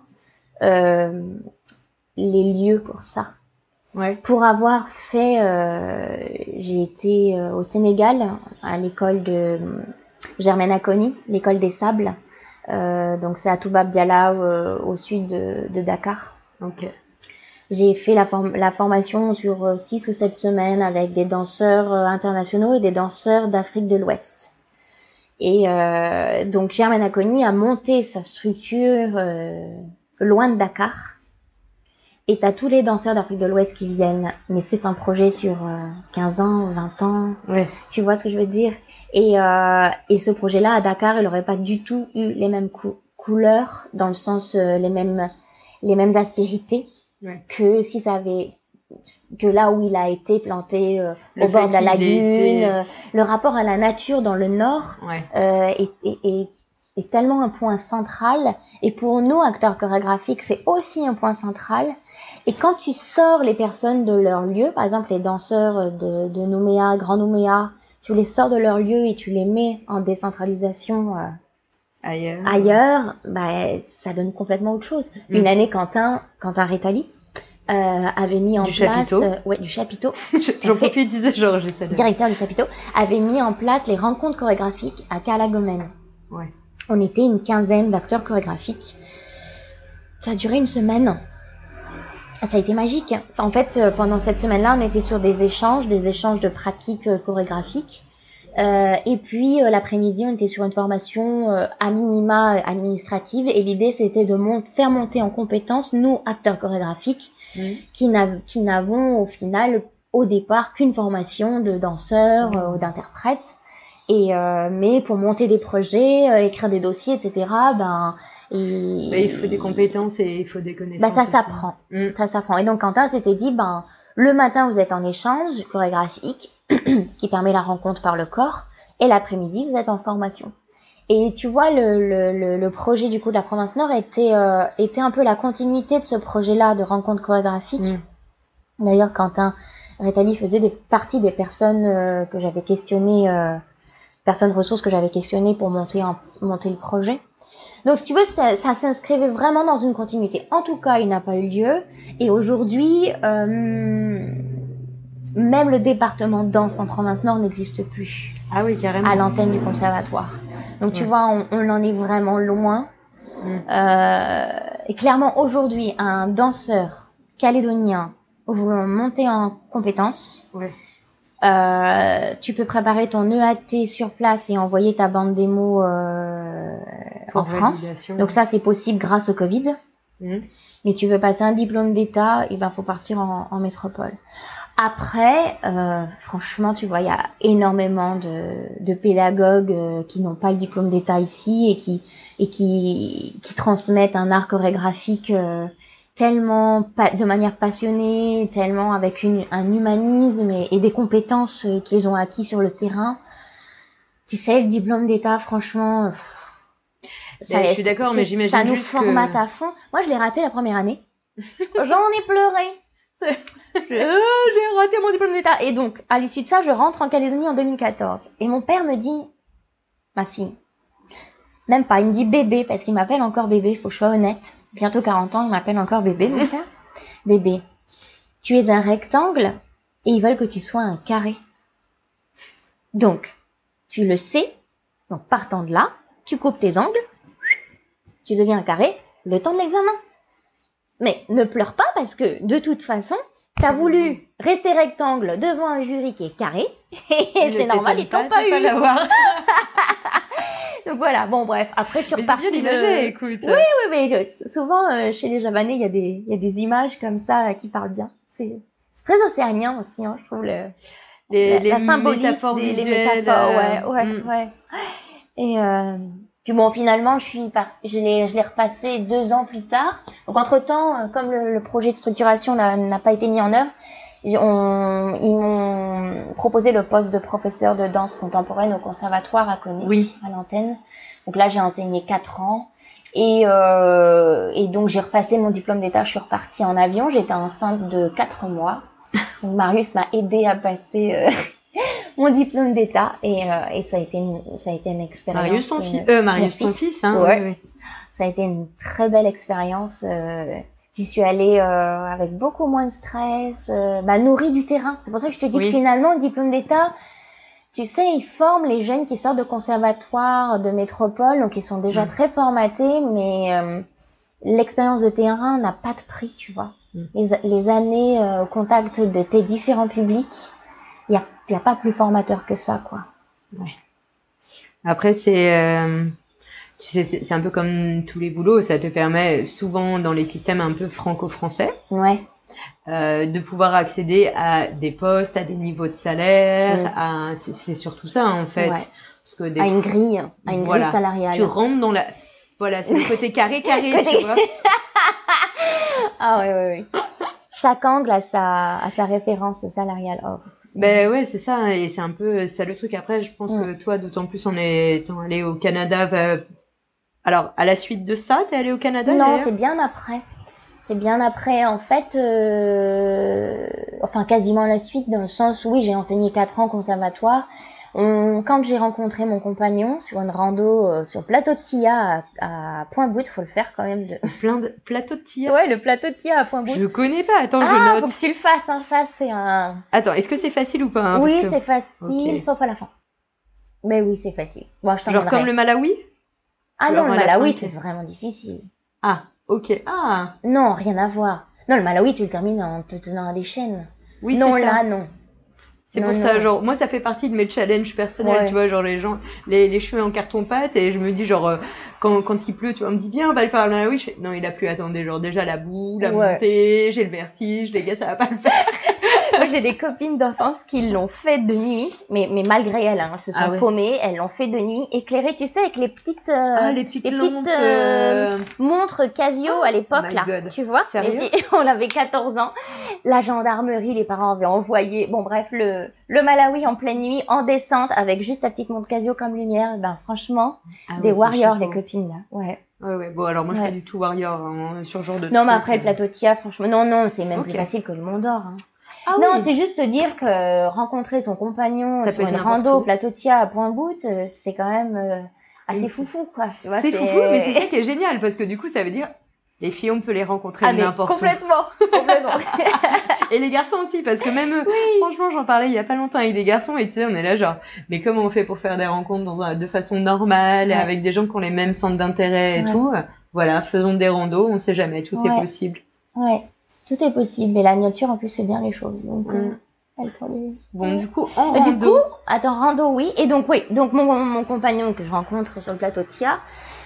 les lieux pour ça. Ouais. Pour avoir fait, j'ai été au Sénégal, à l'école de Germaine Aconi, l'école des sables. Donc c'est à Toubab Diala, au sud de Dakar. Ok. J'ai fait la formation sur 6 ou 7 semaines avec des danseurs internationaux et des danseurs d'Afrique de l'Ouest. Et donc Germaine Aconi a monté sa structure loin de Dakar. Et t'as tous les danseurs d'Afrique de l'Ouest qui viennent, mais c'est un projet sur 15 ans, 20 ans. Ouais. Tu vois ce que je veux dire? Et ce projet-là à Dakar, il aurait pas du tout eu les mêmes couleurs, dans le sens les mêmes aspérités. Ouais. Que là où il a été planté au bord de la lagune, le rapport à la nature dans le Nord est tellement un point central. Et pour nous, acteurs chorégraphiques, c'est aussi un point central. Et quand tu sors les personnes de leur lieu, par exemple les danseurs de Nouméa, Grand Nouméa, tu les sors de leur lieu et tu les mets en décentralisation ailleurs, bah ça donne complètement autre chose. Une année, Quentin Rétali avait mis en place du chapiteau. J'en profite, disait Georges, directeur du chapiteau, avait mis en place les rencontres chorégraphiques à Calagomène. Ouais. On était une 15aine d'acteurs chorégraphiques. Ça a duré 1 semaine. Ça a été magique. En fait, pendant cette semaine-là, on était sur des échanges de pratiques chorégraphiques. Et puis l'après-midi, on était sur une formation à minima administrative. Et l'idée, c'était de faire monter en compétences nous, acteurs chorégraphiques, qui n'avons au final, au départ, qu'une formation de danseurs ou d'interprètes. Mais pour monter des projets, écrire des dossiers, etc., il faut des compétences et il faut des connaissances. Ça s'apprend. Ça s'apprend. Et donc, Quentin s'était dit, le matin, vous êtes en échange chorégraphique, ce qui permet la rencontre par le corps, et l'après-midi, vous êtes en formation. Et tu vois, le projet du coup de la province Nord était un peu la continuité de ce projet-là de rencontre chorégraphique. D'ailleurs, Quentin Rétali faisait partie des personnes que j'avais questionnées, personnes ressources que j'avais questionnées pour monter le projet. Donc, si tu veux, ça s'inscrivait vraiment dans une continuité. En tout cas, il n'a pas eu lieu. Et aujourd'hui, même le département danse en province Nord n'existe plus. Ah oui, carrément. À l'antenne du conservatoire. Donc, tu vois, on en est vraiment loin. Et clairement, aujourd'hui, un danseur calédonien voulant monter en compétences, tu peux préparer ton EAT sur place et envoyer ta bande démo en France. Donc ça, c'est possible grâce au Covid. Mais tu veux passer un diplôme d'État, il faut partir en métropole. Après, franchement, tu vois, il y a énormément de pédagogues qui n'ont pas le diplôme d'État ici et qui transmettent un art chorégraphique tellement de manière passionnée, tellement avec un humanisme et des compétences qu'ils ont acquis sur le terrain. Tu sais, le diplôme d'État, franchement, je suis d'accord, mais j'imagine ça nous formate à fond. Moi, je l'ai raté la première année. J'en ai pleuré. J'ai raté mon diplôme d'État. Et donc, à l'issue de ça, je rentre en Calédonie en 2014. Et mon père me dit, ma fille, même pas, il me dit bébé, parce qu'il m'appelle encore bébé, faut que je sois honnête. Bientôt 40 ans, il m'appelle encore bébé, mon frère. Bébé, tu es un rectangle et ils veulent que tu sois un carré. Donc, tu le sais. Donc, partant de là, tu coupes tes angles tu deviens un carré le temps de l'examen. Mais ne pleure pas parce que, de toute façon, t'as voulu rester rectangle devant un jury qui est carré, et c'est normal, ils t'ont pas eu. L'avoir. Donc voilà, bon bref, après je suis repartie. C'est bien imagé, écoute. Oui, mais souvent chez les Javanais, il y a des images comme ça qui parlent bien. C'est très océanien aussi, hein, je trouve, la symbolique, métaphores les visuelles, métaphores, ouais. Et puis bon, finalement, je l'ai repassé 2 ans plus tard. Donc entre-temps, comme le projet de structuration n'a pas été mis en œuvre, ils m'ont proposé le poste de professeur de danse contemporaine au conservatoire à Coni, à l'antenne. Donc là, j'ai enseigné 4 ans. Et donc, j'ai repassé mon diplôme d'État. Je suis repartie en avion. J'étais enceinte de 4 mois. Donc, Marius m'a aidée à passer mon diplôme d'État. Et ça a été une expérience. Marius, son fils, hein. Ouais. Oui. Ça a été une très belle expérience. J'y suis allée avec beaucoup moins de stress, nourrie du terrain. C'est pour ça que je te dis que finalement, le diplôme d'État, tu sais, ils forment les jeunes qui sortent de conservatoires, de métropole, donc ils sont déjà très formatés, mais l'expérience de terrain n'a pas de prix, tu vois. Les années au contact de tes différents publics, il y a pas plus formateur que ça, quoi. Ouais. Après, tu sais, c'est un peu comme tous les boulots, ça te permet souvent dans les systèmes un peu franco-français. Ouais. De pouvoir accéder à des postes, à des niveaux de salaire, c'est surtout ça en fait. Ouais. Parce que à une grille salariale. Tu rentres dans c'est le côté carré, tu vois. Ah oui. Chaque angle a sa référence salariale. Ouais, c'est ça, et c'est un peu ça le truc. Après, je pense que toi, d'autant plus en étant allé au Canada, alors à la suite de ça, t'es allé au Canada? Non, c'est bien après. C'est bien après, en fait, quasiment la suite, dans le sens où oui, j'ai enseigné 4 ans au conservatoire. Quand j'ai rencontré mon compagnon sur une rando sur le plateau de Tilla à Point-Bout, faut le faire quand même. Plein de plateaux de Tilla. Ouais, le plateau de Tilla à Point-Bout. Je connais pas, attends, je note. Faut que tu le fasses, hein, ça c'est un... Attends, est-ce que c'est facile ou pas, hein, Oui, c'est facile, sauf à la fin. Mais oui, c'est facile. Bon, je genre comme le Malawi? Ah non, le Malawi, c'est vraiment difficile. Ah, ok. Ah. Non, rien à voir. Non, le Malawi, tu le termines en te tenant à des chaînes. Oui, non, c'est ça. Là, non. C'est pour ça, genre, moi, ça fait partie de mes challenges personnels, tu vois, genre, les gens, les cheveux en carton-pâte, et je me dis, genre, quand il pleut, tu vois, on me dit, viens, on va le faire à la Malawi. Non, il a plu, attendez, genre, déjà, la boue, la montée, j'ai le vertige, les gars, ça va pas le faire. Moi, j'ai des copines d'enfance qui l'ont fait de nuit, mais malgré elles, elles se sont paumées, elles l'ont fait de nuit, éclairées, tu sais, avec les petites montres Casio à l'époque, là, tu vois. On avait 14 ans. La gendarmerie, les parents avaient envoyé, bon bref, le Malawi en pleine nuit, en descente, avec juste la petite montre Casio comme lumière, franchement, des warriors, les copines, là, ouais. Ouais. Bon, alors moi, je suis pas du tout warrior, hein, sur ce genre de Non, mais après, le plateau de Tilla, franchement, non, c'est même plus facile que le Mont d'Or, hein. Ah non, c'est juste dire que rencontrer son compagnon sur une rando au plateau de Tilla à Point-Bout, c'est quand même assez foufou, quoi. Tu vois, c'est foufou, mais c'est ça qui est génial, parce que du coup, ça veut dire les filles, on peut les rencontrer n'importe où. Complètement. Et les garçons aussi, parce que même franchement, j'en parlais il y a pas longtemps avec des garçons, et tu sais, on est là genre, mais comment on fait pour faire des rencontres de façon normale, avec des gens qui ont les mêmes centres d'intérêt et tout. Voilà, faisons des randos, on sait jamais, tout est possible. Ouais. Tout est possible, et la nature en plus fait bien les choses, donc elle produit. Bon, du coup, en rando. Du coup, rando, oui, et donc mon compagnon que je rencontre sur le plateau de Tilla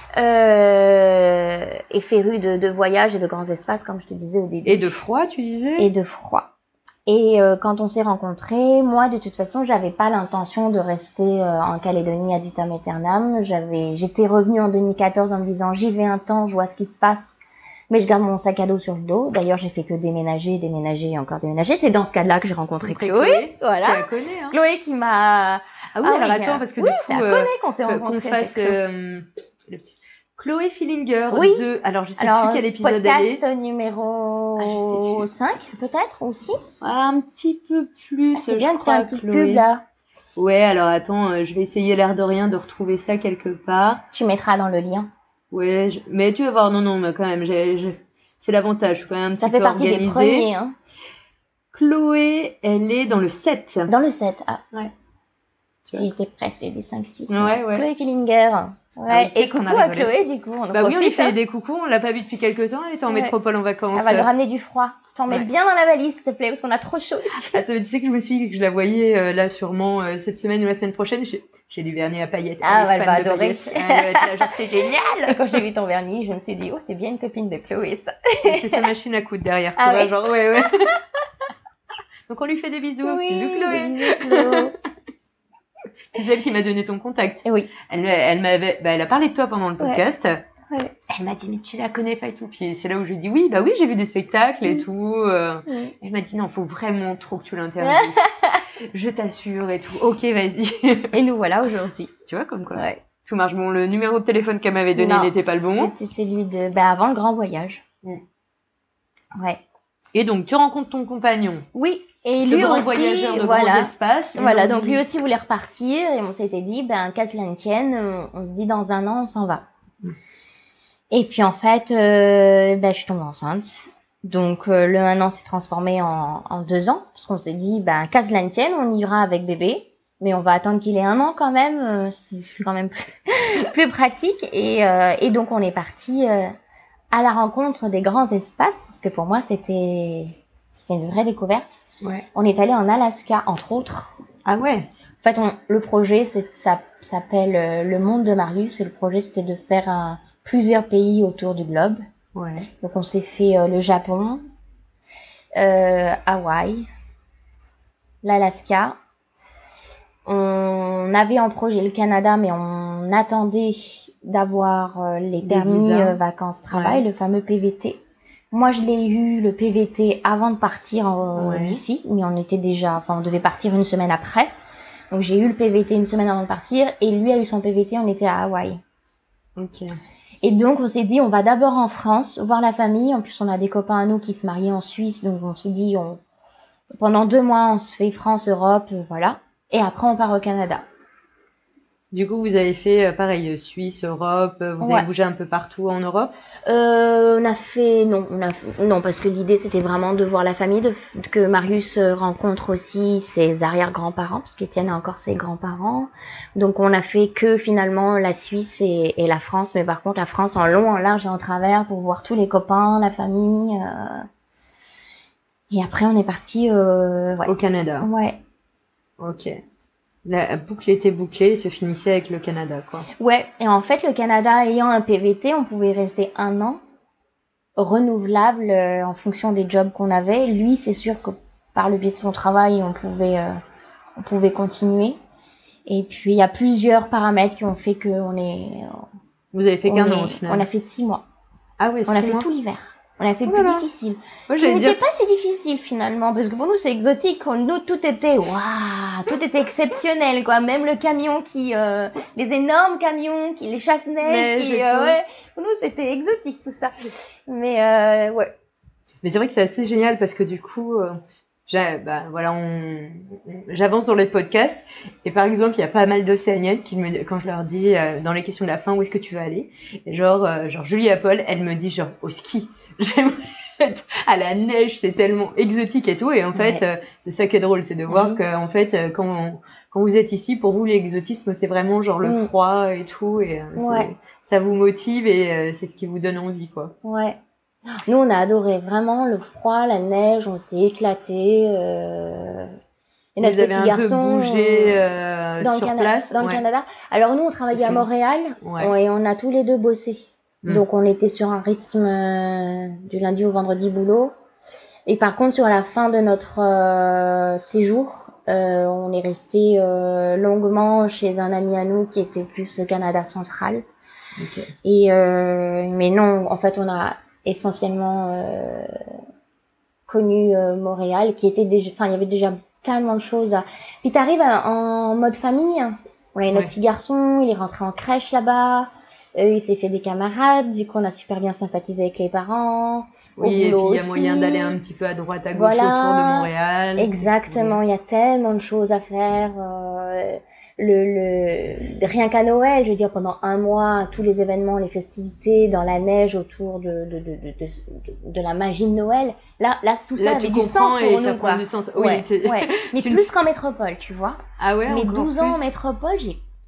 est féru de voyages et de grands espaces, comme je te disais au début. Et de froid, tu disais. Et de froid. Et quand on s'est rencontrés, moi de toute façon, j'avais pas l'intention de rester en Calédonie ad vitam aeternam. J'étais revenue en 2014 en me disant j'y vais un temps, je vois ce qui se passe. Mais je garde mon sac à dos sur le dos. D'ailleurs, j'ai fait que déménager et encore déménager. C'est dans ce cas-là que j'ai rencontré Chloé. Voilà. Tu la connais, hein. Chloé qui m'a... Ah oui, alors attends, parce que du coup... c'est à Chloé qu'on s'est rencontrés. Qu'on fasse le petit... Chloé Fillinger de... Alors, je sais plus quel épisode elle est. Podcast numéro 5, peut-être, ou 6. Un petit peu plus, c'est bien de faire une petite pub, là. Ouais, alors attends, je vais essayer l'air de rien de retrouver ça quelque part. Tu mettras dans le lien. Ouais, mais tu vas voir, non, mais quand même, c'est l'avantage, je suis quand même un petit peu organisée. Ça fait partie des premiers, hein. Chloé, elle est dans le 7. Dans le 7, Ouais. J'étais presque, j'ai dit 5, 6. Ouais. Chloé Fillinger. Ouais, et coucou à Chloé, du coup. Bah oui, on lui fait des coucous, on l'a pas vue depuis quelques temps, elle était en métropole en vacances. Elle va nous ramener du froid. T'en mets bien dans la valise, s'il te plaît, parce qu'on a trop chaud ici. Attends, tu sais que je me suis dit que je la voyais là sûrement cette semaine ou la semaine prochaine, j'ai du vernis à paillettes. Elle va adorer. Genre, c'est génial. Et quand j'ai vu ton vernis, je me suis dit, oh, c'est bien une copine de Chloé, ça. C'est sa machine à coudre derrière, tu vois, genre, ouais. Donc on lui fait des bisous. Oui, bisous Chloé. Bisous Chloé. C'est elle qui m'a donné ton contact. Oui. Elle a parlé de toi pendant le podcast. Ouais. Elle m'a dit, mais tu la connais pas et tout. Puis c'est là où je lui ai dit, oui, j'ai vu des spectacles et tout. Elle m'a dit, non, faut vraiment trop que tu l'interviewes. Je t'assure et tout. Ok, vas-y. Et nous voilà aujourd'hui. Tu vois, comme quoi. Ouais. Tout marche. Bon, le numéro de téléphone qu'elle m'avait donné n'était pas le bon. C'était celui de, avant le grand voyage. Ouais. Et donc, tu rencontres ton compagnon. Oui. Et ce lui grand aussi, voyageur de grands espaces. Voilà, donc lui aussi voulait repartir et on s'était dit, qu'à cela ne tienne, on se dit dans 1 an, on s'en va. Et puis en fait, je suis tombée enceinte. Donc le 1 an s'est transformé en 2 ans, parce qu'on s'est dit, qu'à cela ne tienne, on ira avec bébé, mais on va attendre qu'il ait 1 an quand même, c'est quand même plus pratique. Et donc on est parti à la rencontre des grands espaces, parce que pour moi c'était une vraie découverte. Ouais. On est allé en Alaska, entre autres. Ah ouais. En fait, le projet, ça s'appelle Le Monde de Marius, et le projet, c'était de faire plusieurs pays autour du globe. Ouais. Donc, on s'est fait le Japon, Hawaï, l'Alaska. On avait en projet le Canada, mais on attendait d'avoir les permis vacances-travail, le fameux PVT. Moi, je l'ai eu, le PVT, avant de partir d'ici, mais on devait partir 1 semaine après. Donc, j'ai eu le PVT 1 semaine avant de partir, et lui a eu son PVT, on était à Hawaï. Ok. Et donc, on s'est dit, on va d'abord en France, voir la famille. En plus, on a des copains à nous qui se mariaient en Suisse, donc on s'est dit, pendant 2 mois, on se fait France, Europe, voilà. Et après, on part au Canada. Du coup, vous avez fait pareil, Suisse, Europe, vous avez bougé un peu partout en Europe? On a fait non, parce que l'idée c'était vraiment de voir la famille, que Marius rencontre aussi ses arrière-grands-parents, parce qu'Étienne a encore ses grands-parents. Donc on a fait que finalement la Suisse et la France, mais par contre la France en long, en large et en travers pour voir tous les copains, la famille. Et après on est parti au Canada. Ouais. Ok. La boucle était bouclée et se finissait avec le Canada, quoi. Ouais, et en fait, le Canada ayant un PVT, on pouvait rester 1 an, renouvelable en fonction des jobs qu'on avait. Lui, c'est sûr que par le biais de son travail, on pouvait continuer. Et puis, il y a plusieurs paramètres qui ont fait qu'on est... Vous avez fait qu'1 an, au final. On a fait 6 mois. Ah ouais, 6 mois. On a fait tout l'hiver. On a fait plus difficile. Moi, Ce n'était pas si difficile finalement, parce que pour nous c'est exotique. Nous tout était tout était exceptionnel quoi. Même le camion les énormes camions les chasse-neige pour nous c'était exotique tout ça. Mais ouais. Mais c'est vrai que c'est assez génial parce que du coup, j'avance dans les podcasts et par exemple il y a pas mal d'Océaniennes qui quand je leur dis dans les questions de la fin où est-ce que tu vas aller, et genre Julie Apple, elle me dit genre au ski. J'aimerais être à la neige, c'est tellement exotique et tout. Et en fait, c'est ça qui est drôle, c'est de voir que en fait, quand vous êtes ici, pour vous l'exotisme, c'est vraiment genre le froid et tout, et ça vous motive et c'est ce qui vous donne envie, quoi. Ouais. Nous, on a adoré vraiment le froid, la neige, on s'est éclaté. Et notre petit garçon bougé sur place dans le Canada. Alors nous, on travaillait à Montréal et on a tous les 2 bossé. Donc on était sur un rythme du lundi au vendredi boulot. Et par contre, sur la fin de notre séjour, on est resté longuement chez un ami à nous qui était plus Canada central. Okay. Et mais non, en fait, on a essentiellement connu Montréal, qui était déjà, il y avait déjà tellement de choses. Puis t'arrives en mode famille. On a notre petit garçon, il est rentré en crèche là-bas. Il s'est fait des camarades, du coup on a super bien sympathisé avec les parents. Oui, et puis il y a moyen d'aller un petit peu à droite, à gauche autour de Montréal. Exactement, il y a tellement de choses à faire. Rien qu'à Noël, je veux dire, pendant 1 mois, tous les événements, les festivités, dans la neige autour de la magie de Noël. Là, tout ça avait du sens pour nous, quoi. Du sens. Oui, Mais plus qu'en métropole, tu vois. Ah ouais, mais 12 ans en métropole, j'ai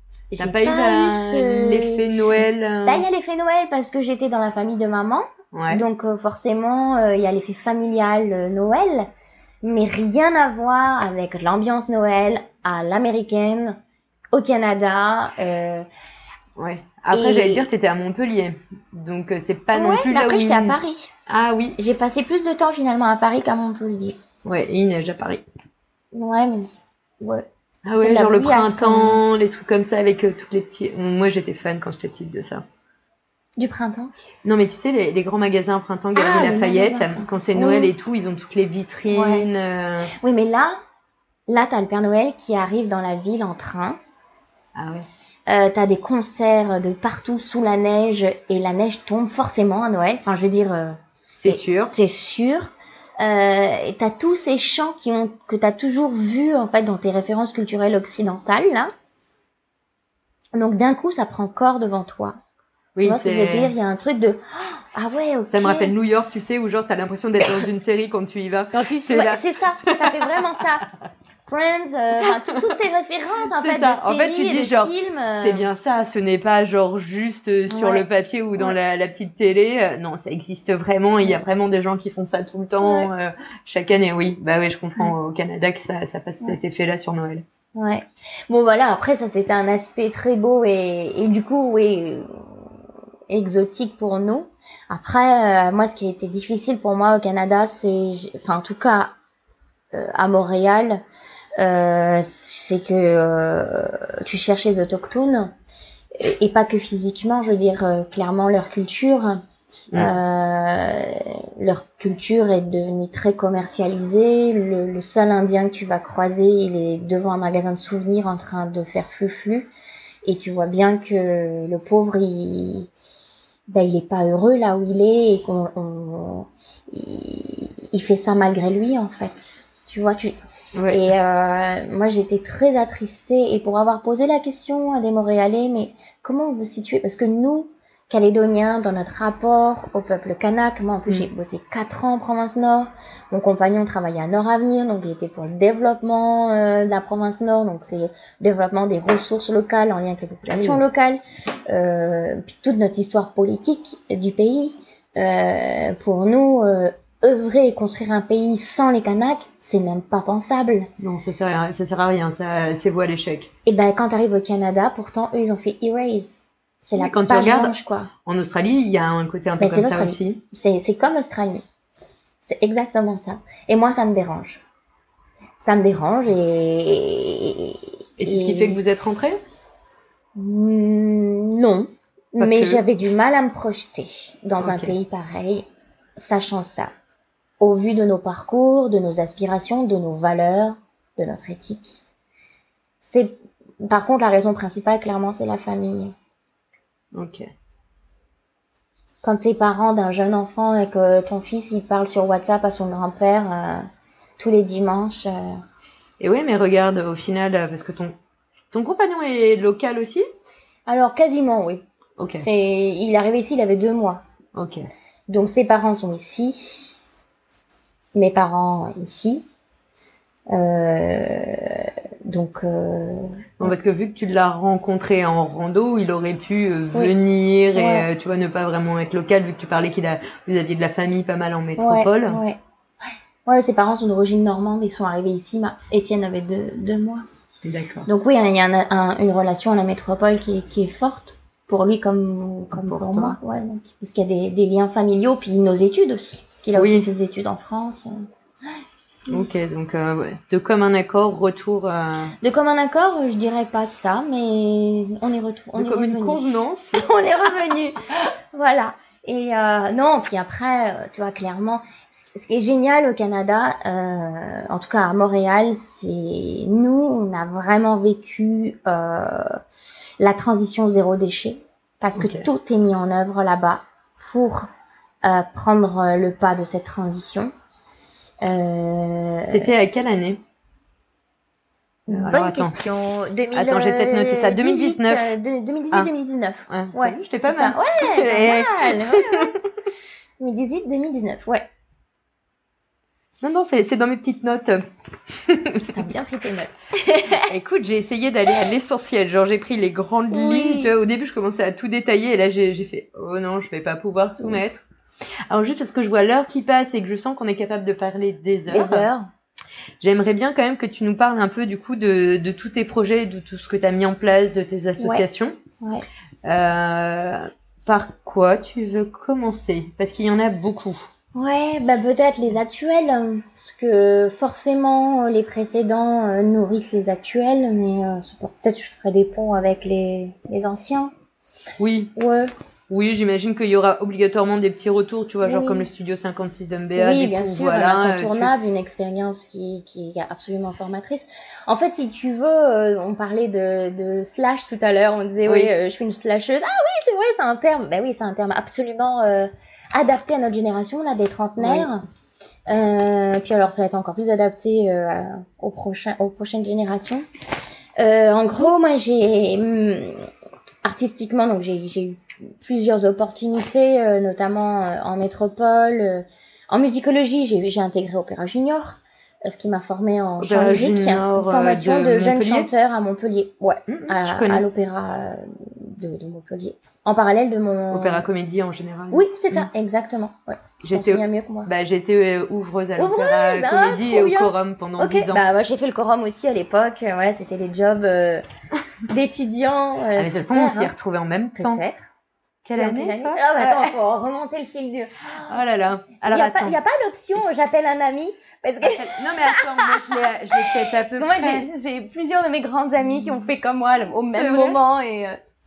T'as pas eu l'effet Noël Là, il y a l'effet Noël parce que j'étais dans la famille de maman. Ouais. Donc forcément, il y a l'effet familial Noël. Mais rien à voir avec l'ambiance Noël à l'américaine, au Canada. Ouais. Après, j'allais te dire, t'étais à Montpellier. Donc, c'est pas non plus mais là après, où... j'étais à Paris. Ah oui. J'ai passé plus de temps finalement à Paris qu'à Montpellier. Ouais, et il neige à Paris. Ouais, mais... Ouais. Ah ouais, genre le printemps, les trucs comme ça avec toutes les petits... Moi, j'étais fan quand j'étais petite de ça. Du printemps? Non, mais tu sais, les grands magasins à printemps, Galeries Lafayette, quand c'est Noël et tout, ils ont toutes les vitrines. Ouais. Oui, mais là, t'as le Père Noël qui arrive dans la ville en train. Ah ouais. T'as des concerts de partout sous la neige et la neige tombe forcément à Noël. Enfin, je veux dire... c'est sûr. C'est sûr. Et t'as tous ces chants que t'as toujours vus en fait dans tes références culturelles occidentales là. Donc d'un coup, ça prend corps devant toi. Oui, tu vois ce que je veux dire? Il y a un truc de ah ouais, ok. Ça me rappelle New York, tu sais, où genre t'as l'impression d'être dans une série quand tu y vas. C'est ça. Ça fait vraiment ça. Friends, toutes tes références en fait ça. de séries en fait, tu et dis, de genre, films. C'est bien ça, ce n'est pas genre juste sur le papier ou dans la petite télé. Non, ça existe vraiment. Il y a vraiment des gens qui font ça tout le temps, chaque année. Oui, bah oui, je comprends au Canada que ça passe cet effet-là sur Noël. Ouais. Bon voilà, après ça c'était un aspect très beau et du coup exotique pour nous. Après moi ce qui a été difficile pour moi au Canada c'est en tout cas à Montréal c'est que tu cherches les autochtones et pas que physiquement, je veux dire clairement leur culture. Leur culture est devenue très commercialisée. Le seul Indien que tu vas croiser, il est devant un magasin de souvenirs en train de faire flux et tu vois bien que le pauvre il est pas heureux là où il est et il fait ça malgré lui en fait. Tu vois, et moi j'étais très attristée et pour avoir posé la question à des Montréalais, mais comment vous situez, parce que nous Calédoniens, dans notre rapport au peuple kanak, moi en plus j'ai bossé 4 ans en province Nord, mon compagnon travaillait à Nord Avenir, donc il était pour le développement de la province Nord, donc c'est le développement des ressources locales en lien avec les populations locales, puis toute notre histoire politique du pays. Pour nous, œuvrer et construire un pays sans les Kanaks, c'est même pas pensable. Non, ça sert à rien, c'est voué à l'échec. Et ben quand t'arrives au Canada, pourtant eux ils ont fait erase. C'est la quand page tu regardes, blanche, quoi. En Australie, il y a un côté un peu comme ça aussi. C'est comme l'Australie. C'est exactement ça. Et moi, ça me dérange. Ça me dérange et c'est ce qui fait que vous êtes rentrés? Non. Mais j'avais du mal à me projeter dans un pays pareil, sachant ça. Au vu de nos parcours, de nos aspirations, de nos valeurs, de notre éthique. Par contre, la raison principale, clairement, c'est la famille. Ok. Quand t'es parent d'un jeune enfant et que ton fils il parle sur WhatsApp à son grand-père tous les dimanches. Et oui, mais regarde, au final, parce que ton compagnon est local aussi? Alors quasiment oui. Ok. Il est arrivé ici, il avait 2 mois. Ok. Donc ses parents sont ici, mes parents ici. Donc parce que vu que tu l'as rencontré en rando, il aurait pu venir et tu vois ne pas vraiment être local vu que tu parlais vous aviez de la famille pas mal en métropole. Ouais, ses parents sont d'origine normande, ils sont arrivés ici. Étienne avait 2 mois. D'accord. Donc oui, il y a une relation à la métropole qui est forte pour lui comme pour moi. Ouais, donc, parce qu'il y a des liens familiaux puis nos études aussi, parce qu'il a aussi fait des études en France. Ok, donc de commun accord, retour. De commun accord, je dirais pas ça, mais on est revenu. Comme une convenance. On est revenu, voilà. Et non, puis après, tu vois clairement, ce qui est génial au Canada, en tout cas à Montréal, c'est nous, on a vraiment vécu la transition 0 déchet, parce que tout est mis en œuvre là-bas pour prendre le pas de cette transition. C'était à quelle année? Bonne question. Attends, j'ai peut-être noté ça. 2019. 2018-2019. Ouais, je t'ai pas mal. Ouais, pas mal. 2018-2019, ouais. Non, c'est dans mes petites notes. T'as bien pris tes notes. Écoute, j'ai essayé d'aller à l'essentiel. Genre, j'ai pris les grandes lignes. Tu vois, au début, je commençais à tout détailler et là, j'ai fait, oh non, je vais pas pouvoir tout mettre. Alors, juste parce que je vois l'heure qui passe et que je sens qu'on est capable de parler des heures. J'aimerais bien quand même que tu nous parles un peu du coup de tous tes projets, de tout ce que tu as mis en place, de tes associations. Ouais. Par quoi tu veux commencer? Parce qu'il y en a beaucoup. Ouais, peut-être les actuels, parce que forcément les précédents nourrissent les actuels, mais peut-être que je ferai des ponts avec les anciens. Oui. Ouais. Oui, j'imagine qu'il y aura obligatoirement des petits retours, tu vois, genre comme le studio 56 d'MBA. Oui, bien sûr, voilà, incontournable, une expérience qui est absolument formatrice. En fait, si tu veux, on parlait de slash tout à l'heure, on disait je suis une slasheuse. Ah oui, c'est vrai, c'est un terme. Ben oui, c'est un terme absolument adapté à notre génération, là, des trentenaires. Oui. Puis alors, ça va être encore plus adapté aux prochaines générations. En gros, moi, artistiquement, donc j'ai eu plusieurs opportunités, notamment en métropole. En musicologie, j'ai intégré Opéra Junior, ce qui m'a formée en chant lyrique, une formation de jeune chanteur à Montpellier. Ouais, à l'opéra de Montpellier. En parallèle de mon... Opéra comédie en général. Oui, c'est ça, exactement. Ouais. Tu t'en souviens mieux que moi. J'étais ouvreuse à l'opéra comédie et au quorum pendant 10 ans. Moi, j'ai fait le quorum aussi à l'époque. Ouais, c'était les jobs d'étudiants. Mais de toute façon, on s'y est retrouvés en même temps. Peut-être. Quelle année toi? Attends, faut remonter le fil du... Oh là là. Alors, il y a pas l'option j'appelle un ami parce que... Non mais attends, moi je l'ai fait à peu près. Moi j'ai plusieurs de mes grandes amies qui ont fait comme moi au même moment et...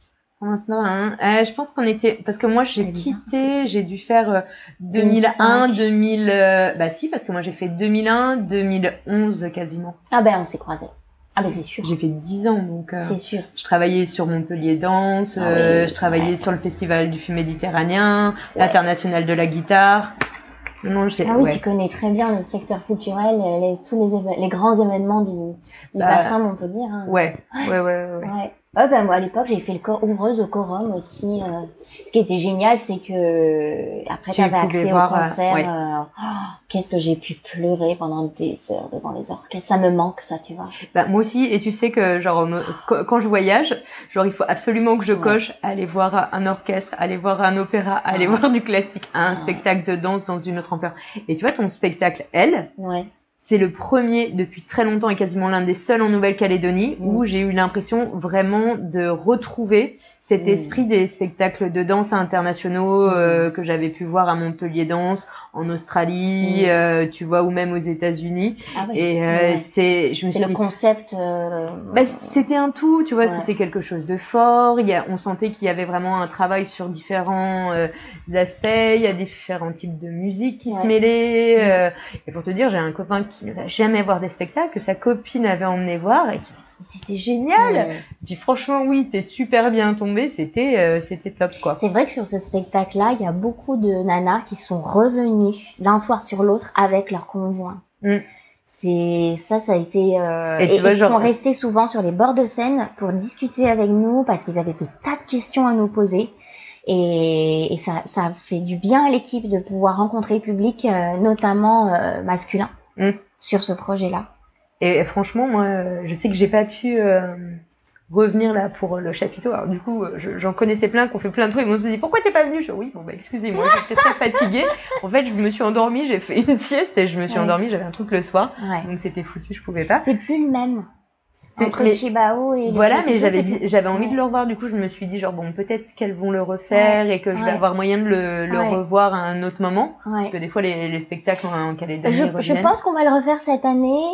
je pense qu'on était... Parce que moi j'ai quitté, j'ai dû faire 2001, 2000... Bah si, parce que moi j'ai fait 2001, 2011 quasiment. Ah ben on s'est croisés. Ah ben c'est sûr. J'ai fait 10 ans donc. C'est sûr. Je travaillais sur Montpellier Danse, je travaillais sur le Festival du film méditerranéen, l'International de la guitare. Non, tu connais très bien le secteur culturel, tous les grands événements du bassin Montpellier. Hein. Ouais. Moi à l'époque j'ai fait ouvreuse au Quorum aussi. Ce qui était génial, c'est que après t'avais accès au concert. Qu'est-ce que j'ai pu pleurer pendant des heures devant les orchestres. Ça me manque ça, tu vois. Moi aussi. Et tu sais que genre quand je voyage, genre il faut absolument que je coche aller voir un orchestre, aller voir un opéra, aller voir du classique, un spectacle de danse dans une autre ampleur. Et tu vois ton spectacle, c'est le premier depuis très longtemps et quasiment l'un des seuls en Nouvelle-Calédonie où j'ai eu l'impression vraiment de retrouver cet esprit des spectacles de danse internationaux que j'avais pu voir à Montpellier Danse, en Australie, tu vois, ou même aux États-Unis. C'est le concept. C'était un tout, tu vois, c'était quelque chose de fort. On sentait qu'il y avait vraiment un travail sur différents aspects. Il y a différents types de musique qui se mêlaient. Et pour te dire, j'ai un copain qui ne va jamais voir des spectacles que sa copine avait emmené voir et qui m'a dit c'était génial. Je dis franchement oui, t'es super bien tombé, c'était top quoi. C'est vrai que sur ce spectacle-là, il y a beaucoup de nanas qui sont revenues d'un soir sur l'autre avec leur conjoint. Ça a été et ils sont restés souvent sur les bords de scène pour discuter avec nous parce qu'ils avaient des tas de questions à nous poser. Et ça fait du bien à l'équipe de pouvoir rencontrer le public, notamment masculin, sur ce projet-là. Et franchement, moi, je sais que j'ai pas pu revenir là pour le chapiteau. Alors du coup, j'en connaissais plein, qu'on fait plein de trucs. Ils m'ont dit pourquoi t'es pas venue? Excusez-moi, j'étais très fatiguée. En fait, je me suis endormie, j'ai fait une sieste et je me suis endormie. J'avais un truc le soir, donc c'était foutu, je pouvais pas. C'est plus le même. Entre Chibao et mais j'avais envie de le revoir. Du coup, je me suis dit peut-être qu'elles vont le refaire et que je vais avoir moyen de le revoir à un autre moment. Parce que des fois, les spectacles en Calédonie je pense qu'on va le refaire cette année.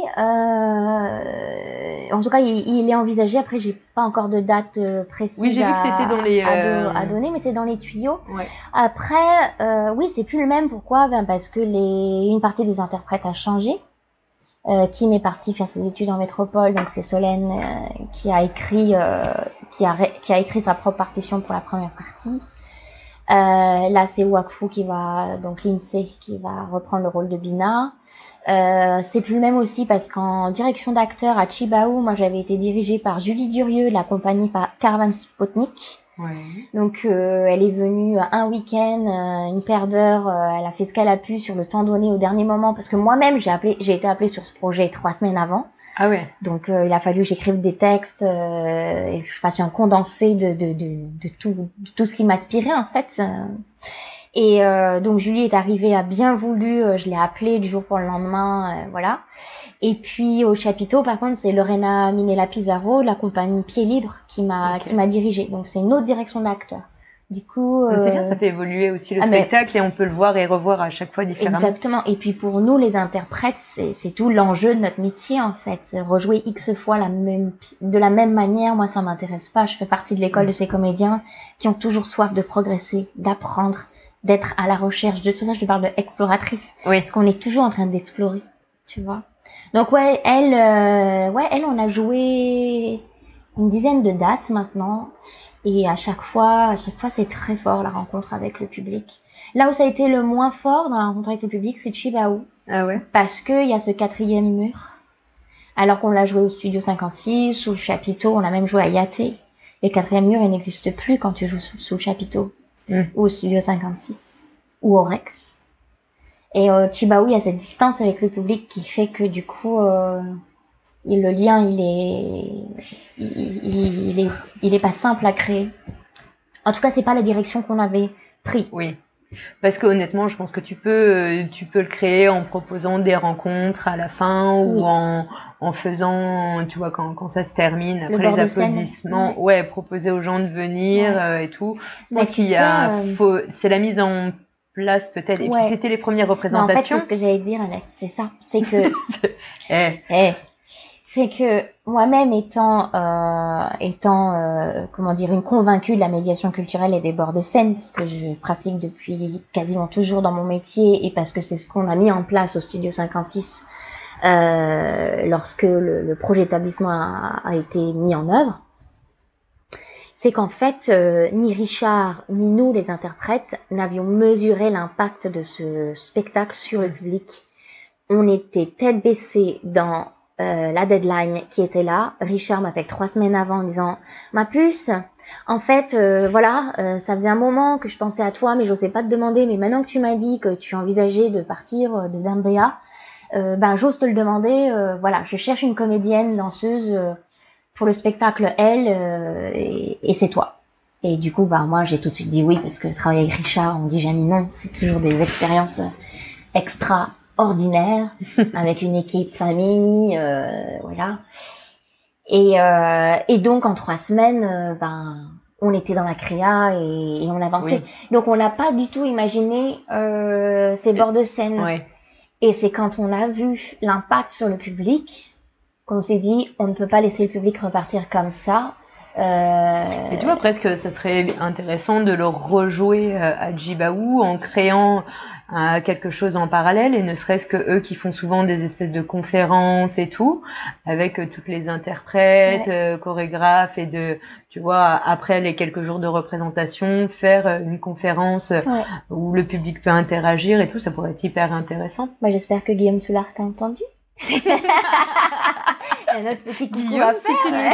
En tout cas, il est envisagé. Après, j'ai pas encore de date précise. Oui, j'ai vu que c'était dans les à donner, mais c'est dans les tuyaux. Après, c'est plus le même. Pourquoi? Parce que une partie des interprètes a changé. Kim est partie faire ses études en métropole, donc c'est Solène qui a écrit sa propre partition pour la première partie. Là c'est Wakfu donc Lindsay qui va reprendre le rôle de Bina. C'est plus le même aussi parce qu'en direction d'acteur à Chibao, moi j'avais été dirigée par Julie Durieux de la compagnie Caravan Spotnik. Ouais. Donc elle est venue un week-end, une paire d'heures, elle a fait ce qu'elle a pu sur le temps donné au dernier moment parce que moi-même j'ai été appelée sur ce projet 3 semaines avant. Ah ouais. Donc il a fallu que j'écrive des textes et je fasse un condensé de tout ce qui m'inspirait en fait. Et donc Julie est arrivée, a bien voulu, je l'ai appelée du jour pour le lendemain, voilà. Et puis au chapiteau, par contre, c'est Lorena Minella Pizarro de la compagnie Pied Libre qui m'a dirigée. Donc c'est une autre direction d'acteur. Du coup, c'est bien, ça fait évoluer aussi le spectacle et on peut le voir et revoir à chaque fois différemment. Exactement. Et puis pour nous, les interprètes, c'est tout l'enjeu de notre métier en fait. Rejouer X fois de la même manière, moi ça m'intéresse pas. Je fais partie de l'école de ces comédiens qui ont toujours soif de progresser, d'apprendre, d'être à la recherche. C'est pour ça que je te parle de exploratrice. Oui. Parce qu'on est toujours en train d'explorer, tu vois. Donc ouais, elle, on a joué une dizaine de dates maintenant. Et à chaque fois, c'est très fort la rencontre avec le public. Là où ça a été le moins fort dans la rencontre avec le public, c'est Chibaou. Ah ouais. Parce que il y a ce 4e mur. Alors qu'on l'a joué au Studio 56, sous le chapiteau, on a même joué à Yaté. Le 4e mur, il n'existe plus quand tu joues sous le chapiteau. Ou au Studio 56. Ou au Rex. Et Chibaou, il y a cette distance avec le public qui fait que du coup, le lien, il est pas simple à créer. En tout cas, c'est pas la direction qu'on avait pris. Oui. Parce que honnêtement, je pense que tu peux le créer en proposant des rencontres à la fin ou en faisant, tu vois, quand ça se termine, après les applaudissements, proposer aux gens de venir et tout. Mais c'est la mise en place peut-être. Et puis c'était les premières représentations. Mais en fait, c'est ce que j'allais dire, Alex. C'est ça. C'est que, c'est que moi-même étant comment dire, une convaincue de la médiation culturelle et des bords de scène, parce que je pratique depuis quasiment toujours dans mon métier et parce que c'est ce qu'on a mis en place au Studio 56 lorsque le projet d'établissement a été mis en œuvre. C'est qu'en fait, ni Richard ni nous, les interprètes, n'avions mesuré l'impact de ce spectacle sur le public. On était tête baissée dans la deadline qui était là. Richard m'appelle 3 semaines avant en disant « Ma puce, en fait, ça faisait un moment que je pensais à toi, mais j'osais pas te demander. Mais maintenant que tu m'as dit que tu envisageais de partir de Dambéa, j'ose te le demander. Voilà, je cherche une comédienne, danseuse pour le spectacle Elle, et c'est toi. » Et du coup, moi, j'ai tout de suite dit oui, parce que travailler avec Richard, on dit jamais non. C'est toujours des expériences extraordinaires, avec une équipe famille, voilà. Et donc, en 3 semaines, on était dans la créa et on avançait. Oui. Donc, on n'a pas du tout imaginé ces bords de scène. Oui. Et c'est quand on a vu l'impact sur le public qu'on s'est dit, on ne peut pas laisser le public repartir comme ça. Et tu vois, presque, ça serait intéressant de le rejouer à Djibaou en créant quelque chose en parallèle, et ne serait-ce que eux qui font souvent des espèces de conférences et tout, avec toutes les interprètes, chorégraphes, et tu vois, après les quelques jours de représentation, faire une conférence où le public peut interagir et tout, ça pourrait être hyper intéressant. J'espère que Guillaume Soulard t'a entendu. Il y a notre petit coucou à faire.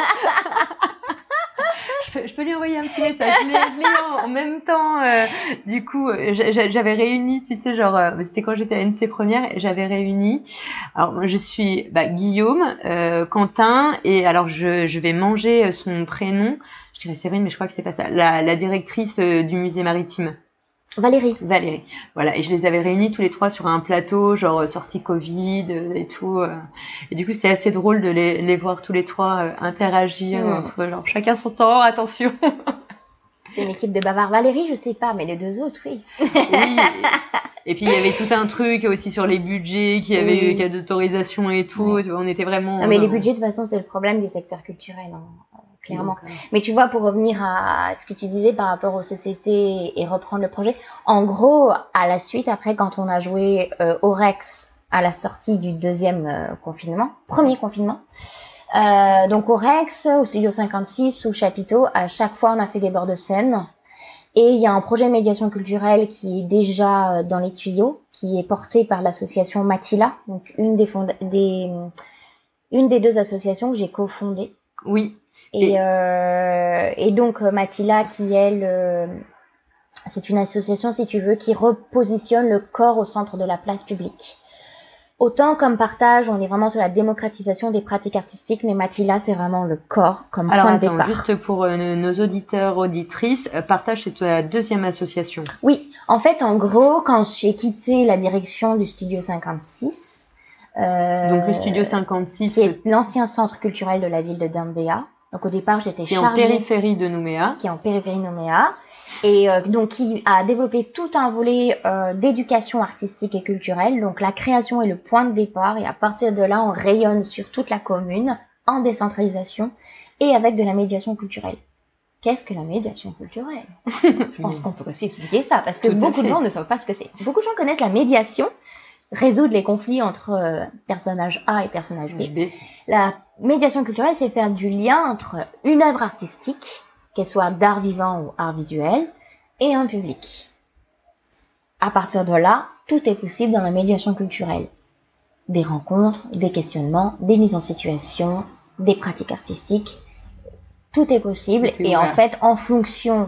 Je peux lui envoyer un petit message. Je l'ai en même temps. Du coup, j'avais réuni, tu sais, genre, c'était quand j'étais à NC Première, j'avais réuni. Alors, moi, je suis Guillaume, Quentin, et alors je vais manger son prénom. Je dirais Séverine, mais je crois que c'est pas ça. La directrice du musée maritime. Valérie. Voilà. Et je les avais réunis tous les 3 sur un plateau, genre sortie Covid et tout. Et du coup, c'était assez drôle de les voir tous les 3 interagir entre genre chacun son temps, attention. C'est une équipe de bavards. Valérie, je sais pas, mais les 2 autres, oui. Oui. Et puis il y avait tout un truc aussi sur les budgets, qui avait eu cas d'autorisation et tout. Oui. Tu vois, on était vraiment. Non, mais les budgets, de toute façon, c'est le problème du secteur culturel. Clairement. Donc, mais tu vois, pour revenir à ce que tu disais par rapport au CCT et reprendre le projet, en gros, à la suite, après, quand on a joué au Rex à la sortie du 2e premier confinement, donc au Rex, au Studio 56, sous chapiteau, à chaque fois, on a fait des bords de scène. Et il y a un projet de médiation culturelle qui est déjà dans les tuyaux, qui est porté par l'association Matila, donc une des 2 associations que j'ai cofondées. Oui. Et donc Matila, qui elle, c'est une association, si tu veux, qui repositionne le corps au centre de la place publique. Autant comme partage, on est vraiment sur la démocratisation des pratiques artistiques, mais Matila, c'est vraiment le corps comme point de départ. Juste pour nos auditeurs, auditrices, Partage, c'est ta deuxième association. Oui, en fait, en gros, quand j'ai quitté la direction du Studio 56... donc le Studio 56... qui est l'ancien centre culturel de la ville de Dambéa. Donc au départ, j'étais chargée... Qui est en périphérie de Nouméa. Qui est en périphérie de Nouméa. Et donc qui a développé tout un volet d'éducation artistique et culturelle. Donc la création est le point de départ. Et à partir de là, on rayonne sur toute la commune, en décentralisation, et avec de la médiation culturelle. Qu'est-ce que la médiation culturelle? Je pense qu'on peut aussi expliquer ça, parce que beaucoup de gens ne savent pas ce que c'est. Beaucoup de gens connaissent la médiation, résoudre les conflits entre personnage A et personnage B. La médiation culturelle, c'est faire du lien entre une œuvre artistique, qu'elle soit d'art vivant ou art visuel, et un public. À partir de là, tout est possible dans la médiation culturelle. Des rencontres, des questionnements, des mises en situation, des pratiques artistiques. Tout est possible. Et en fait, en fonction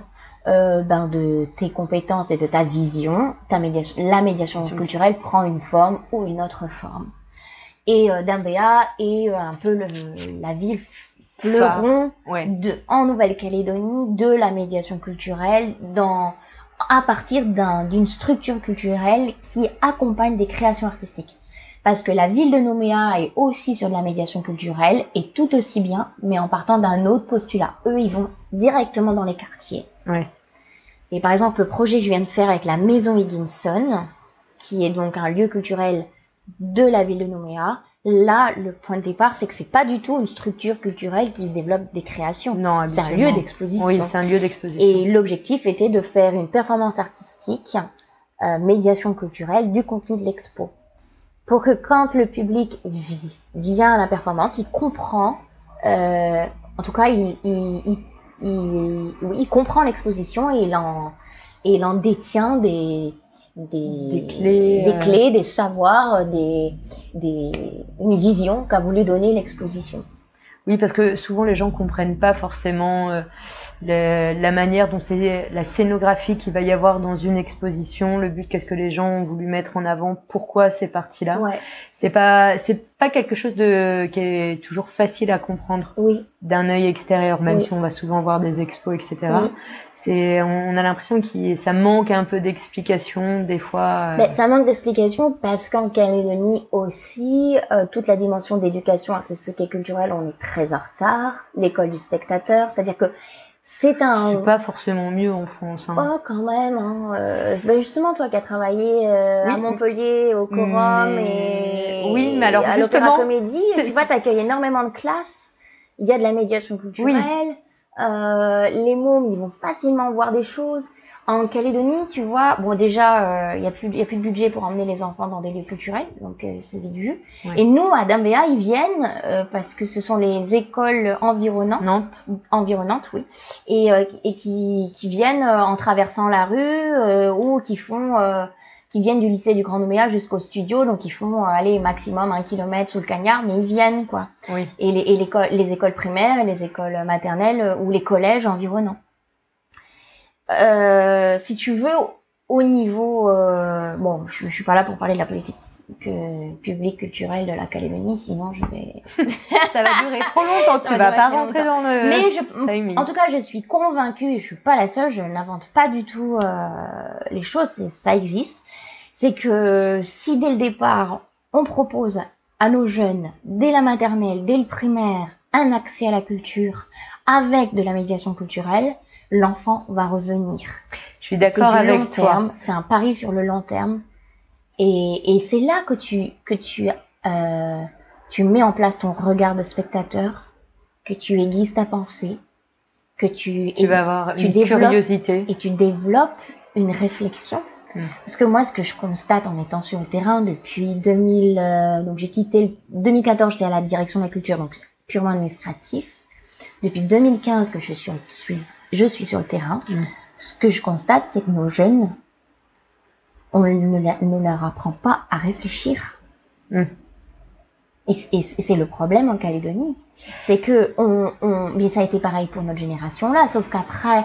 de tes compétences et de ta vision, la médiation culturelle prend une forme ou une autre forme. Et Dambéa est un peu la ville fleuron en Nouvelle-Calédonie de la médiation culturelle à partir d'une structure culturelle qui accompagne des créations artistiques. Parce que la ville de Nouméa est aussi sur de la médiation culturelle et tout aussi bien, mais en partant d'un autre postulat. Eux, ils vont directement dans les quartiers. Ouais. Et par exemple, le projet que je viens de faire avec la Maison Higginson, qui est donc un lieu culturel de la ville de Nouméa, là, le point de départ, c'est que c'est pas du tout une structure culturelle qui développe des créations. Non, c'est un lieu d'exposition. Oui, c'est un lieu d'exposition. Et l'objectif était de faire une performance artistique, médiation culturelle du contenu de l'expo. Pour que quand le public vient à la performance, il comprend, en tout cas, il comprend l'exposition et il en détient des clés, des savoirs, une vision qu'a voulu donner l'exposition. Oui, parce que souvent les gens comprennent pas forcément la manière dont c'est la scénographie qu'il va y avoir dans une exposition, le but, qu'est-ce que les gens ont voulu mettre en avant, pourquoi ces parties-là. Ouais. C'est pas quelque chose qui est toujours facile à comprendre d'un œil extérieur, même si on va souvent voir des expos, etc. Oui. On a l'impression que ça manque un peu d'explication des fois. Ça manque d'explication parce qu'en Calédonie aussi, toute la dimension d'éducation artistique et culturelle, on est très en retard. L'école du spectateur, c'est-à-dire que c'est C'est pas forcément mieux en France. Hein. Oh, quand même. Justement, toi qui as travaillé à Montpellier, au Corum oui, mais alors à justement, l'Opéra Comédie, tu vois, t'accueilles énormément de classes. Il y a de la médiation culturelle. Les mômes, ils vont facilement voir des choses. En Calédonie, tu vois, bon déjà, il y a plus de budget pour emmener les enfants dans des lieux culturels, donc c'est vite vu. Ouais. Et nous, à Dambéa, ils viennent parce que ce sont les écoles environnantes, oui, et qui viennent en traversant la rue ou qui viennent du lycée du Grand Nouméa jusqu'au studio, donc ils font aller maximum 1 kilomètre sous le cagnard, mais ils viennent quoi. Oui. Et les écoles primaires, et les écoles maternelles ou les collèges environnants. Si tu veux, au niveau, je suis pas là pour parler de la politique publique culturelle de la Calédonie, sinon je vais. Ça va durer trop longtemps. Tu vas pas rentrer dans le. Mais en tout cas, je suis convaincue et je suis pas la seule. Je n'invente pas du tout les choses. Ça existe. C'est que si dès le départ on propose à nos jeunes, dès la maternelle, dès le primaire, un accès à la culture avec de la médiation culturelle, l'enfant va revenir. Je suis d'accord avec toi. C'est un pari sur le long terme. Et c'est là que tu mets en place ton regard de spectateur, que tu aiguises ta pensée, que tu vas avoir une curiosité. Et tu développes une réflexion. Parce que moi, ce que je constate en étant sur le terrain depuis 2000, donc j'ai quitté 2014, j'étais à la direction de la culture, donc purement administratif. Depuis 2015 que je suis sur le terrain. Ce que je constate, c'est que nos jeunes, on ne leur apprend pas à réfléchir. Et c'est le problème en Calédonie. C'est que mais ça a été pareil pour notre génération là, sauf qu'après,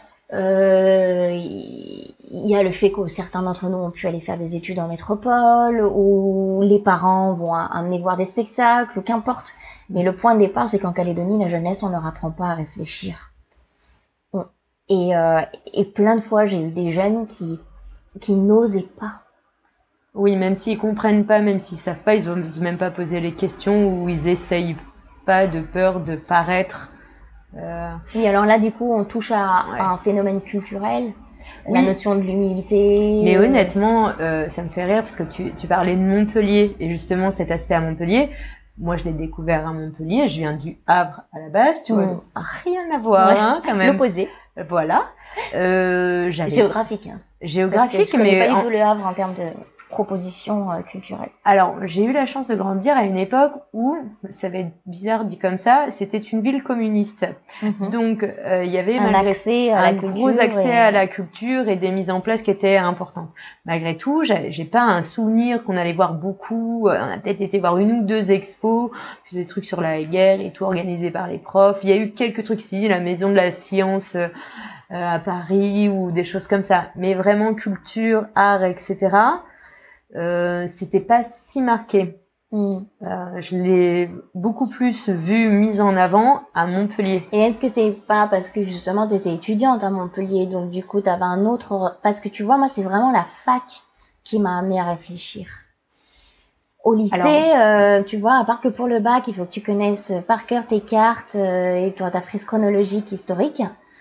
il y a le fait que certains d'entre nous ont pu aller faire des études en métropole, ou les parents vont amener voir des spectacles, ou qu'importe. Mais le point de départ, c'est qu'en Calédonie, la jeunesse, on leur apprend pas à réfléchir. Et plein de fois, j'ai eu des jeunes qui n'osaient pas. Oui, même s'ils comprennent pas, même s'ils savent pas, ils osent même pas poser les questions, ou ils essayent pas de peur de paraître. Oui, alors là, du coup, on touche à un phénomène culturel, la notion de l'humilité. Mais honnêtement, ça me fait rire parce que tu parlais de Montpellier, et justement cet aspect à Montpellier, moi je l'ai découvert à Montpellier, je viens du Havre à la base, tu vois, donc rien à voir, quand même. L'opposé. Voilà. Géographique. Géographique, parce que je connais pas du tout le Havre en termes de proposition culturelle. Alors, j'ai eu la chance de grandir à une époque où, ça va être bizarre dit comme ça, c'était une ville communiste. Donc, il y avait un gros accès à la culture et des mises en place qui étaient importantes. Malgré tout, j'ai pas un souvenir qu'on allait voir beaucoup. On a peut-être été voir une ou deux expos, puis des trucs sur la guerre et tout organisés par les profs. Il y a eu quelques trucs ici, la Maison de la Science à Paris ou des choses comme ça. Mais vraiment culture, art, etc., c'était pas si marqué. Je l'ai beaucoup plus vu mise en avant à Montpellier. Et est-ce que c'est pas parce que justement t'étais étudiante à Montpellier, donc du coup t'avais un autre... Parce que tu vois, moi c'est vraiment la fac qui m'a amenée à réfléchir. Au lycée, tu vois, à part que pour le bac, il faut que tu connaisses par cœur tes cartes et ta frise chronologique historique.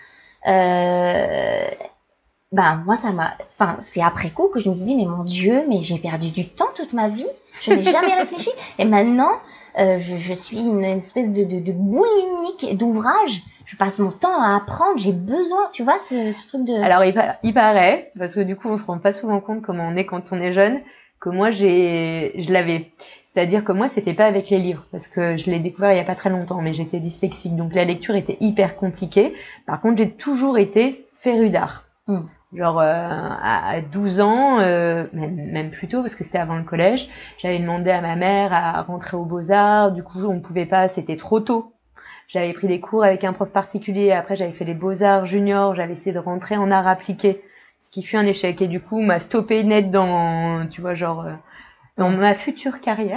Moi c'est après coup que je me suis dit, mais mon Dieu, mais j'ai perdu du temps toute ma vie, je n'ai jamais réfléchi, et maintenant je suis une espèce de boulimique d'ouvrage, je passe mon temps à apprendre, j'ai besoin, tu vois, ce truc de... Alors il paraît, parce que du coup on se rend pas souvent compte comment on est quand on est jeune, que moi je l'avais. C'est-à-dire que moi, c'était pas avec les livres, parce que je l'ai découvert il y a pas très longtemps, mais j'étais dyslexique, donc la lecture était hyper compliquée. Par contre, j'ai toujours été férue d'art. Genre à 12 ans, même plus tôt, parce que c'était avant le collège, j'avais demandé à ma mère à rentrer aux Beaux-Arts. Du coup, on pouvait pas, c'était trop tôt. J'avais pris des cours avec un prof particulier. Après, j'avais fait les Beaux-Arts juniors. J'avais essayé de rentrer en art appliqué, ce qui fut un échec. Et du coup, m'a stoppé net dans, tu vois, genre... dans ma future carrière.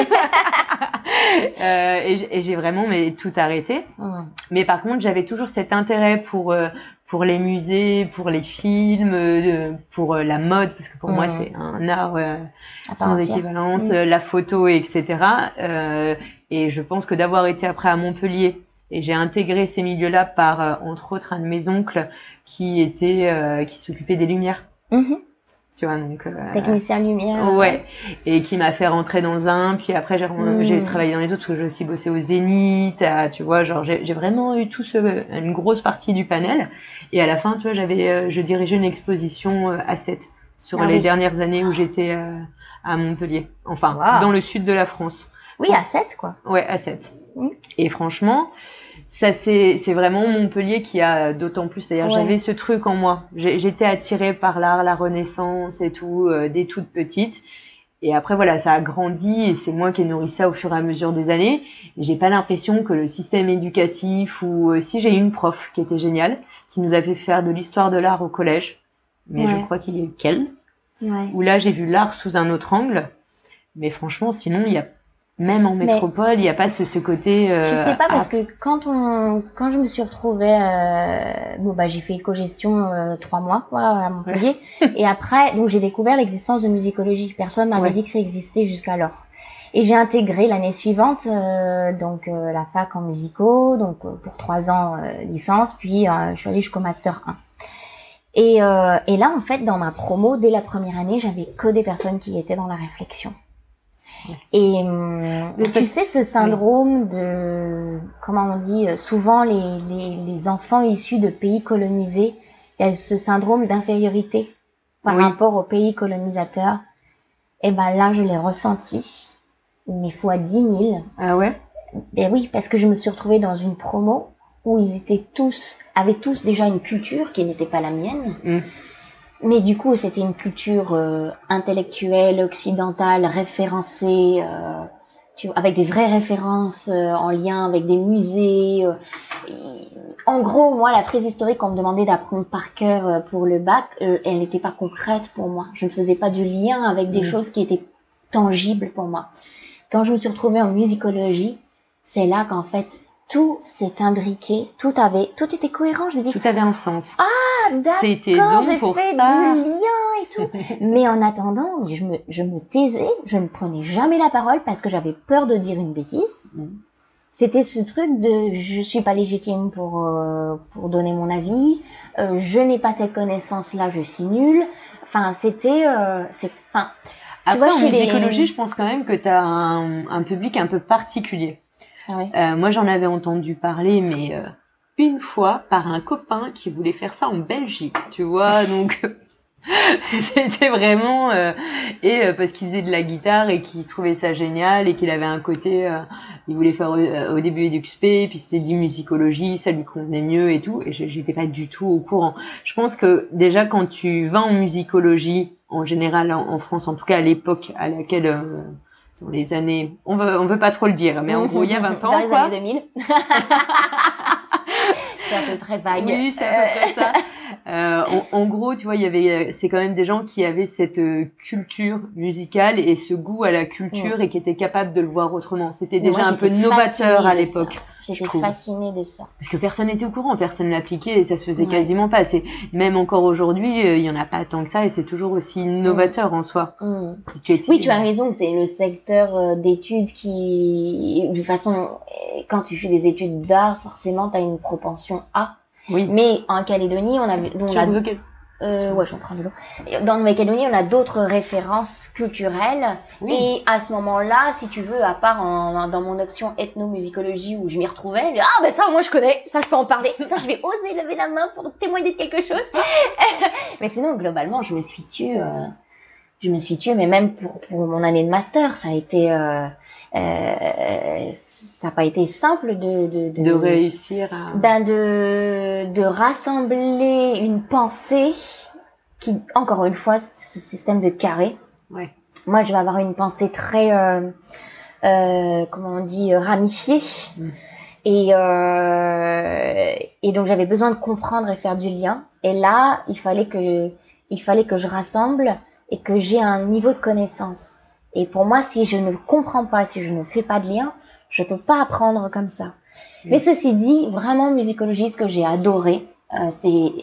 Et j'ai vraiment tout arrêté. Mais par contre, j'avais toujours cet intérêt pour les musées, pour les films, pour la mode, parce que pour moi, c'est un art sans équivalence, la photo, etc. Et je pense que d'avoir été après à Montpellier, et j'ai intégré ces milieux-là par, entre autres, un de mes oncles qui s'occupait des lumières. Tu vois, donc technicien lumière. Ouais, et qui m'a fait rentrer dans un, puis après j'ai travaillé dans les autres parce que j'ai aussi bossé au Zénith, tu vois, genre j'ai vraiment eu une grosse partie du panel, et à la fin, tu vois, je dirigeais une exposition à 7 sur les dernières années où j'étais à Montpellier, enfin dans le sud de la France. Oui, à 7 quoi. Ouais, à 7. Et franchement, ça c'est vraiment Montpellier qui a d'autant plus, c'est-à-dire j'avais ce truc en moi, j'étais attirée par l'art, la Renaissance et tout, dès toute petite, et après voilà, ça a grandi et c'est moi qui ai nourri ça au fur et à mesure des années. Et j'ai pas l'impression que le système éducatif, ou si j'ai eu une prof qui était géniale, qui nous a fait faire de l'histoire de l'art au collège, mais je crois qu'il y a eu qu'elle, où là j'ai vu l'art sous un autre angle, mais franchement sinon il y a même en métropole, il n'y a pas ce côté... je sais pas, parce que quand je me suis retrouvée... j'ai fait éco-gestion 3 mois à Montpellier. Et après, donc j'ai découvert l'existence de musicologie. Personne m'avait dit que ça existait jusqu'alors. Et j'ai intégré l'année suivante la fac en musicaux, donc pour 3 ans licence, puis je suis allée jusqu'au master 1. Et là, en fait, dans ma promo, dès la première année, j'avais que des personnes qui étaient dans la réflexion. Et tu sais, ce syndrome de, comment on dit, souvent les enfants issus de pays colonisés, il y a ce syndrome d'infériorité par rapport aux pays colonisateurs. Et ben là, je l'ai ressenti, mais fois 10 000. Ah ouais? Ben oui, parce que je me suis retrouvée dans une promo où avaient tous déjà une culture qui n'était pas la mienne. Mais du coup, c'était une culture intellectuelle, occidentale, référencée, avec des vraies références en lien avec des musées. En gros, moi, la frise historique qu'on me demandait d'apprendre par cœur pour le bac, elle n'était pas concrète pour moi. Je ne faisais pas du lien avec des choses qui étaient tangibles pour moi. Quand je me suis retrouvée en musicologie, c'est là qu'en fait, tout s'est imbriqué, tout était cohérent. Je me dis, tout avait un sens. Ah, d'accord, j'ai fait du lien et tout. Mais en attendant, je me taisais, je ne prenais jamais la parole parce que j'avais peur de dire une bêtise. C'était ce truc de je suis pas légitime pour donner mon avis, je n'ai pas cette connaissance-là, je suis nulle. Enfin, après, en musicologie, je pense quand même que t'as un public un peu particulier. Ah ouais. Moi, j'en avais entendu parler, mais une fois par un copain qui voulait faire ça en Belgique, tu vois, donc c'était vraiment parce qu'il faisait de la guitare et qu'il trouvait ça génial et qu'il avait un côté il voulait faire au début EduxP, puis c'était dit musicologie, ça lui convenait mieux et tout, et j'étais pas du tout au courant. Je pense que déjà quand tu vas en musicologie en général en France, en tout cas à l'époque à laquelle dans les années, on veut pas trop le dire, mais en gros il y a 20 ans dans les quoi. années 2000. C'est à peu près vague. Oui, c'est à peu près ça. En gros, tu vois, c'est quand même des gens qui avaient cette culture musicale et ce goût à la culture et qui étaient capables de le voir autrement. C'était déjà un peu novateur à l'époque. J'étais fascinée de ça. Parce que personne n'était au courant, personne l'appliquait et ça se faisait quasiment pas. Même encore aujourd'hui, il y en a pas tant que ça et c'est toujours aussi novateur en soi. Oui, tu as raison, c'est le secteur d'études qui, de toute façon, quand tu fais des études d'art, forcément, tu as une propension à. Oui. Mais en Calédonie, ouais, j'en prends de l'eau. Dans la Calédonie, on a d'autres références culturelles. Oui. Et à ce moment-là, si tu veux, à part dans mon option ethnomusicologie où je m'y retrouvais, je dis, ah, ben ça, moi, je connais. Ça, je peux en parler. Ça, je vais oser lever la main pour témoigner de quelque chose. Mais sinon, globalement, je me suis tue, mais même pour mon année de master, ça a été, ça n'a pas été simple de réussir à de rassembler une pensée qui, encore une fois, ce système de carré. Ouais. Moi, je vais avoir une pensée très comment on dit, ramifiée. Et donc j'avais besoin de comprendre et faire du lien. Et là, il fallait que je rassemble et que j'ai un niveau de connaissance. Et pour moi, si je ne comprends pas, si je ne fais pas de lien, je peux pas apprendre comme ça. Mais ceci dit, vraiment musicologie, ce que j'ai adoré, c'est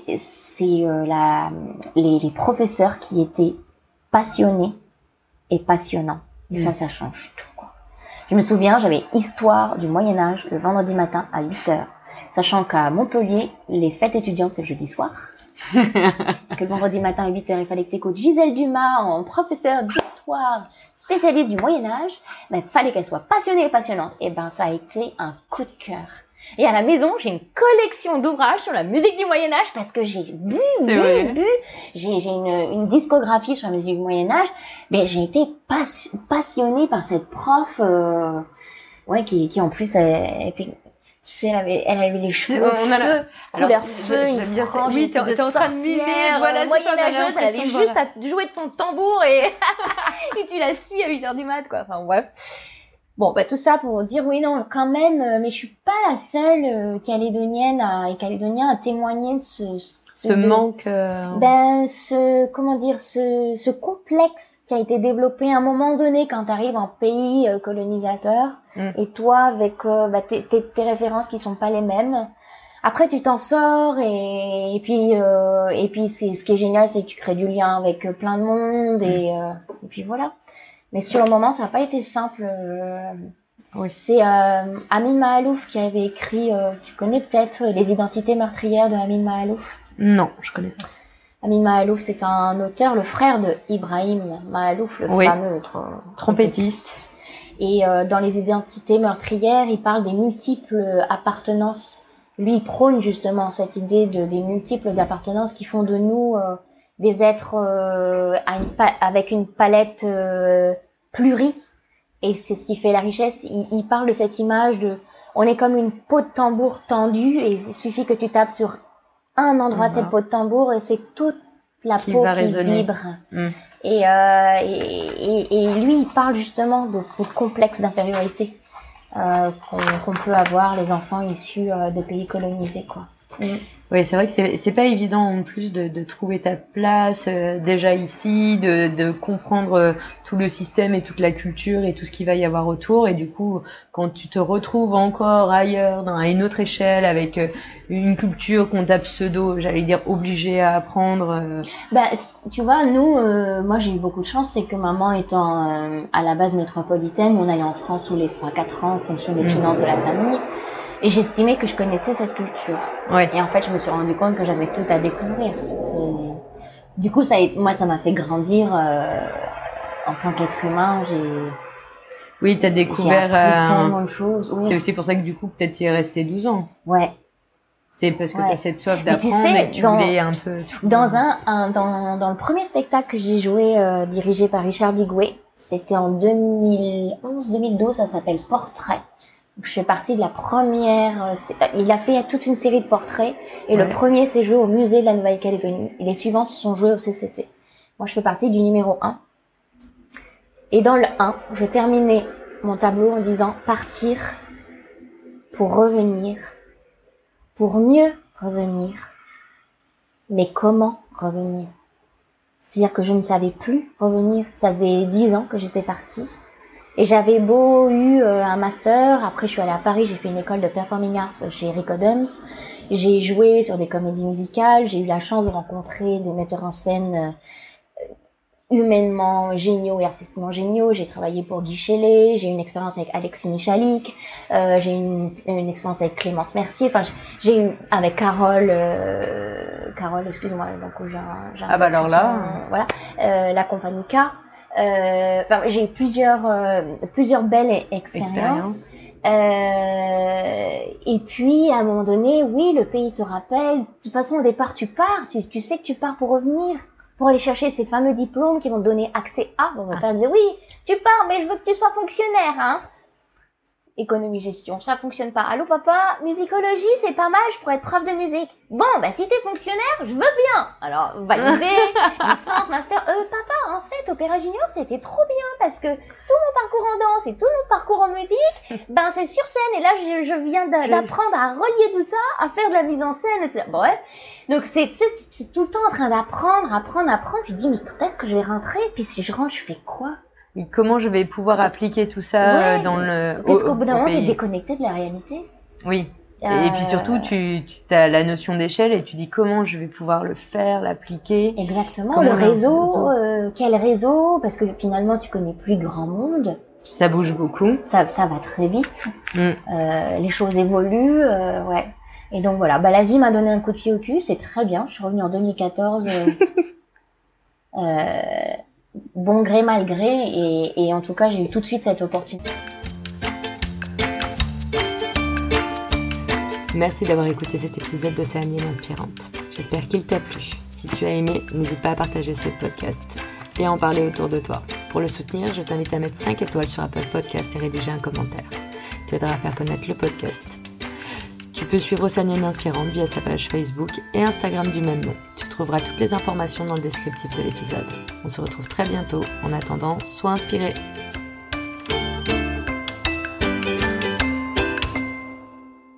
les professeurs qui étaient passionnés et passionnants. Et ça change tout, quoi. Je me souviens, j'avais histoire du Moyen-Âge le vendredi matin à 8h, sachant qu'à Montpellier, les fêtes étudiantes, c'est le jeudi soir. Que le vendredi matin à 8h, il fallait que t'écoutes Gisèle Dumas en professeur d'histoire spécialiste du Moyen-Âge, mais fallait qu'elle soit passionnée et passionnante. Et ben, ça a été un coup de cœur. Et à la maison, j'ai une collection d'ouvrages sur la musique du Moyen-Âge parce que j'ai bu. J'ai une discographie sur la musique du Moyen-Âge, mais j'ai été passionnée par cette prof, qui en plus, elle était, tu sais, elle avait les cheveux couleur feu, une frange, oui, t'es en train de mimer, voilà, moyenâgeuse, elle avait juste à jouer de son tambour et tu la suis à 8h du mat, quoi. Enfin, bref. Bon, bah, tout ça pour dire, oui, non, quand même, mais je suis pas la seule calédonienne et calédonien à témoigner de ce manque. Ce complexe qui a été développé à un moment donné quand t'arrives en pays colonisateur et toi avec tes références qui sont pas les mêmes. Après, tu t'en sors et puis c'est ce qui est génial, c'est que tu crées du lien avec plein de monde et puis voilà. Mais sur le moment, ça n'a pas été simple. Oui. C'est Amin Mahalouf qui avait écrit, tu connais peut-être Les identités meurtrières de Amin Mahalouf? Non, je connais pas. Amin Mahalouf, c'est un auteur, le frère de Ibrahim Mahalouf, le fameux trompettiste. Et dans Les identités meurtrières, il parle des multiples appartenances. Lui, il prône justement cette idée des multiples appartenances qui font de nous des êtres avec une palette plurie, et c'est ce qui fait la richesse. Il parle de cette image on est comme une peau de tambour tendue et il suffit que tu tapes sur un endroit de cette peau de tambour et c'est toute la peau qui vibre. Et lui, il parle justement de ce complexe d'infériorité qu'on peut avoir les enfants issus de pays colonisés, quoi. Oui, c'est vrai que c'est pas évident en plus de trouver ta place déjà ici, de comprendre tout le système et toute la culture et tout ce qu'il va y avoir autour. Et du coup, quand tu te retrouves encore ailleurs, à une autre échelle, avec une culture qu'on t'a j'allais dire, obligé à apprendre. Tu vois, nous, moi j'ai eu beaucoup de chance, c'est que maman étant à la base métropolitaine, on allait en France tous les 3-4 ans en fonction des finances de la famille. Et j'estimais que je connaissais cette culture. Ouais. Et en fait, je me suis rendu compte que j'avais tout à découvrir. Du coup, ça m'a fait grandir en tant qu'être humain. Oui, t'as découvert. J'ai appris tellement de choses. Oui. C'est aussi pour ça que du coup, peut-être tu es resté 12 ans. Ouais. C'est parce que t'as cette soif d'apprendre et que tu voulais un peu tout. Dans le premier spectacle que j'ai joué, dirigé par Richard Digoué, c'était en 2011-2012, ça s'appelle Portrait. Je fais partie de la première. Il a fait toute une série de portraits et le premier s'est joué au musée de la Nouvelle-Calédonie et les suivants se sont joués au CCT. Moi, je fais partie du numéro 1. Et dans le 1, je terminais mon tableau en disant partir pour revenir, pour mieux revenir. Mais comment revenir? C'est-à-dire que je ne savais plus revenir. Ça faisait 10 ans que j'étais partie. Et j'avais beau eu un master, après je suis allée à Paris, j'ai fait une école de performing arts chez Eric Adams. J'ai joué sur des comédies musicales, j'ai eu la chance de rencontrer des metteurs en scène humainement géniaux et artistiquement géniaux. J'ai travaillé pour Guy Chellé, j'ai eu une expérience avec Alexis Michalik, j'ai eu une expérience avec Clémence Mercier, enfin j'ai eu avec Carole, excuse-moi, donc j'ai alors là, voilà, la compagnie K. J'ai eu plusieurs belles expériences. Et puis à un moment donné, oui, le pays te rappelle. De toute façon, au départ, tu pars, tu sais que tu pars pour revenir, pour aller chercher ces fameux diplômes qui vont te donner accès à. On va pas dire oui, tu pars, mais je veux que tu sois fonctionnaire, hein. Économie, gestion, ça fonctionne pas. Allô papa, musicologie, c'est pas mal, je pourrais être prof de musique. Bon, si t'es fonctionnaire, je veux bien. Alors, validé, licence, master. Papa, en fait, Opéra Junior, c'était trop bien parce que tout mon parcours en danse et tout mon parcours en musique, c'est sur scène. Et là, je viens d'apprendre à relier tout ça, à faire de la mise en scène. Bref. Donc, c'est tout le temps en train d'apprendre. Je dis, mais quand est-ce que je vais rentrer? Puis si je rentre, je fais quoi? Comment je vais pouvoir appliquer tout ça dans le parce qu'au bout d'un moment, t'es déconnecté de la réalité. Oui. Et puis surtout, tu as la notion d'échelle et tu dis comment je vais pouvoir le faire, l'appliquer. Exactement. Le réseau, quel réseau? Parce que finalement, tu connais plus grand monde. Ça bouge beaucoup. Ça va très vite. Les choses évoluent. Ouais. Et donc voilà. La vie m'a donné un coup de pied au cul. C'est très bien. Je suis revenue en 2014. Bon gré, mal gré, et en tout cas, j'ai eu tout de suite cette opportunité. Merci d'avoir écouté cet épisode d'Océanienne Inspirante. J'espère qu'il t'a plu. Si tu as aimé, n'hésite pas à partager ce podcast et à en parler autour de toi. Pour le soutenir, je t'invite à mettre 5 étoiles sur Apple Podcast et rédiger un commentaire. Tu aideras à faire connaître le podcast. Tu peux suivre Océanienne Inspirante via sa page Facebook et Instagram du même nom. Tu trouveras toutes les informations dans le descriptif de l'épisode. On se retrouve très bientôt. En attendant, sois inspiré.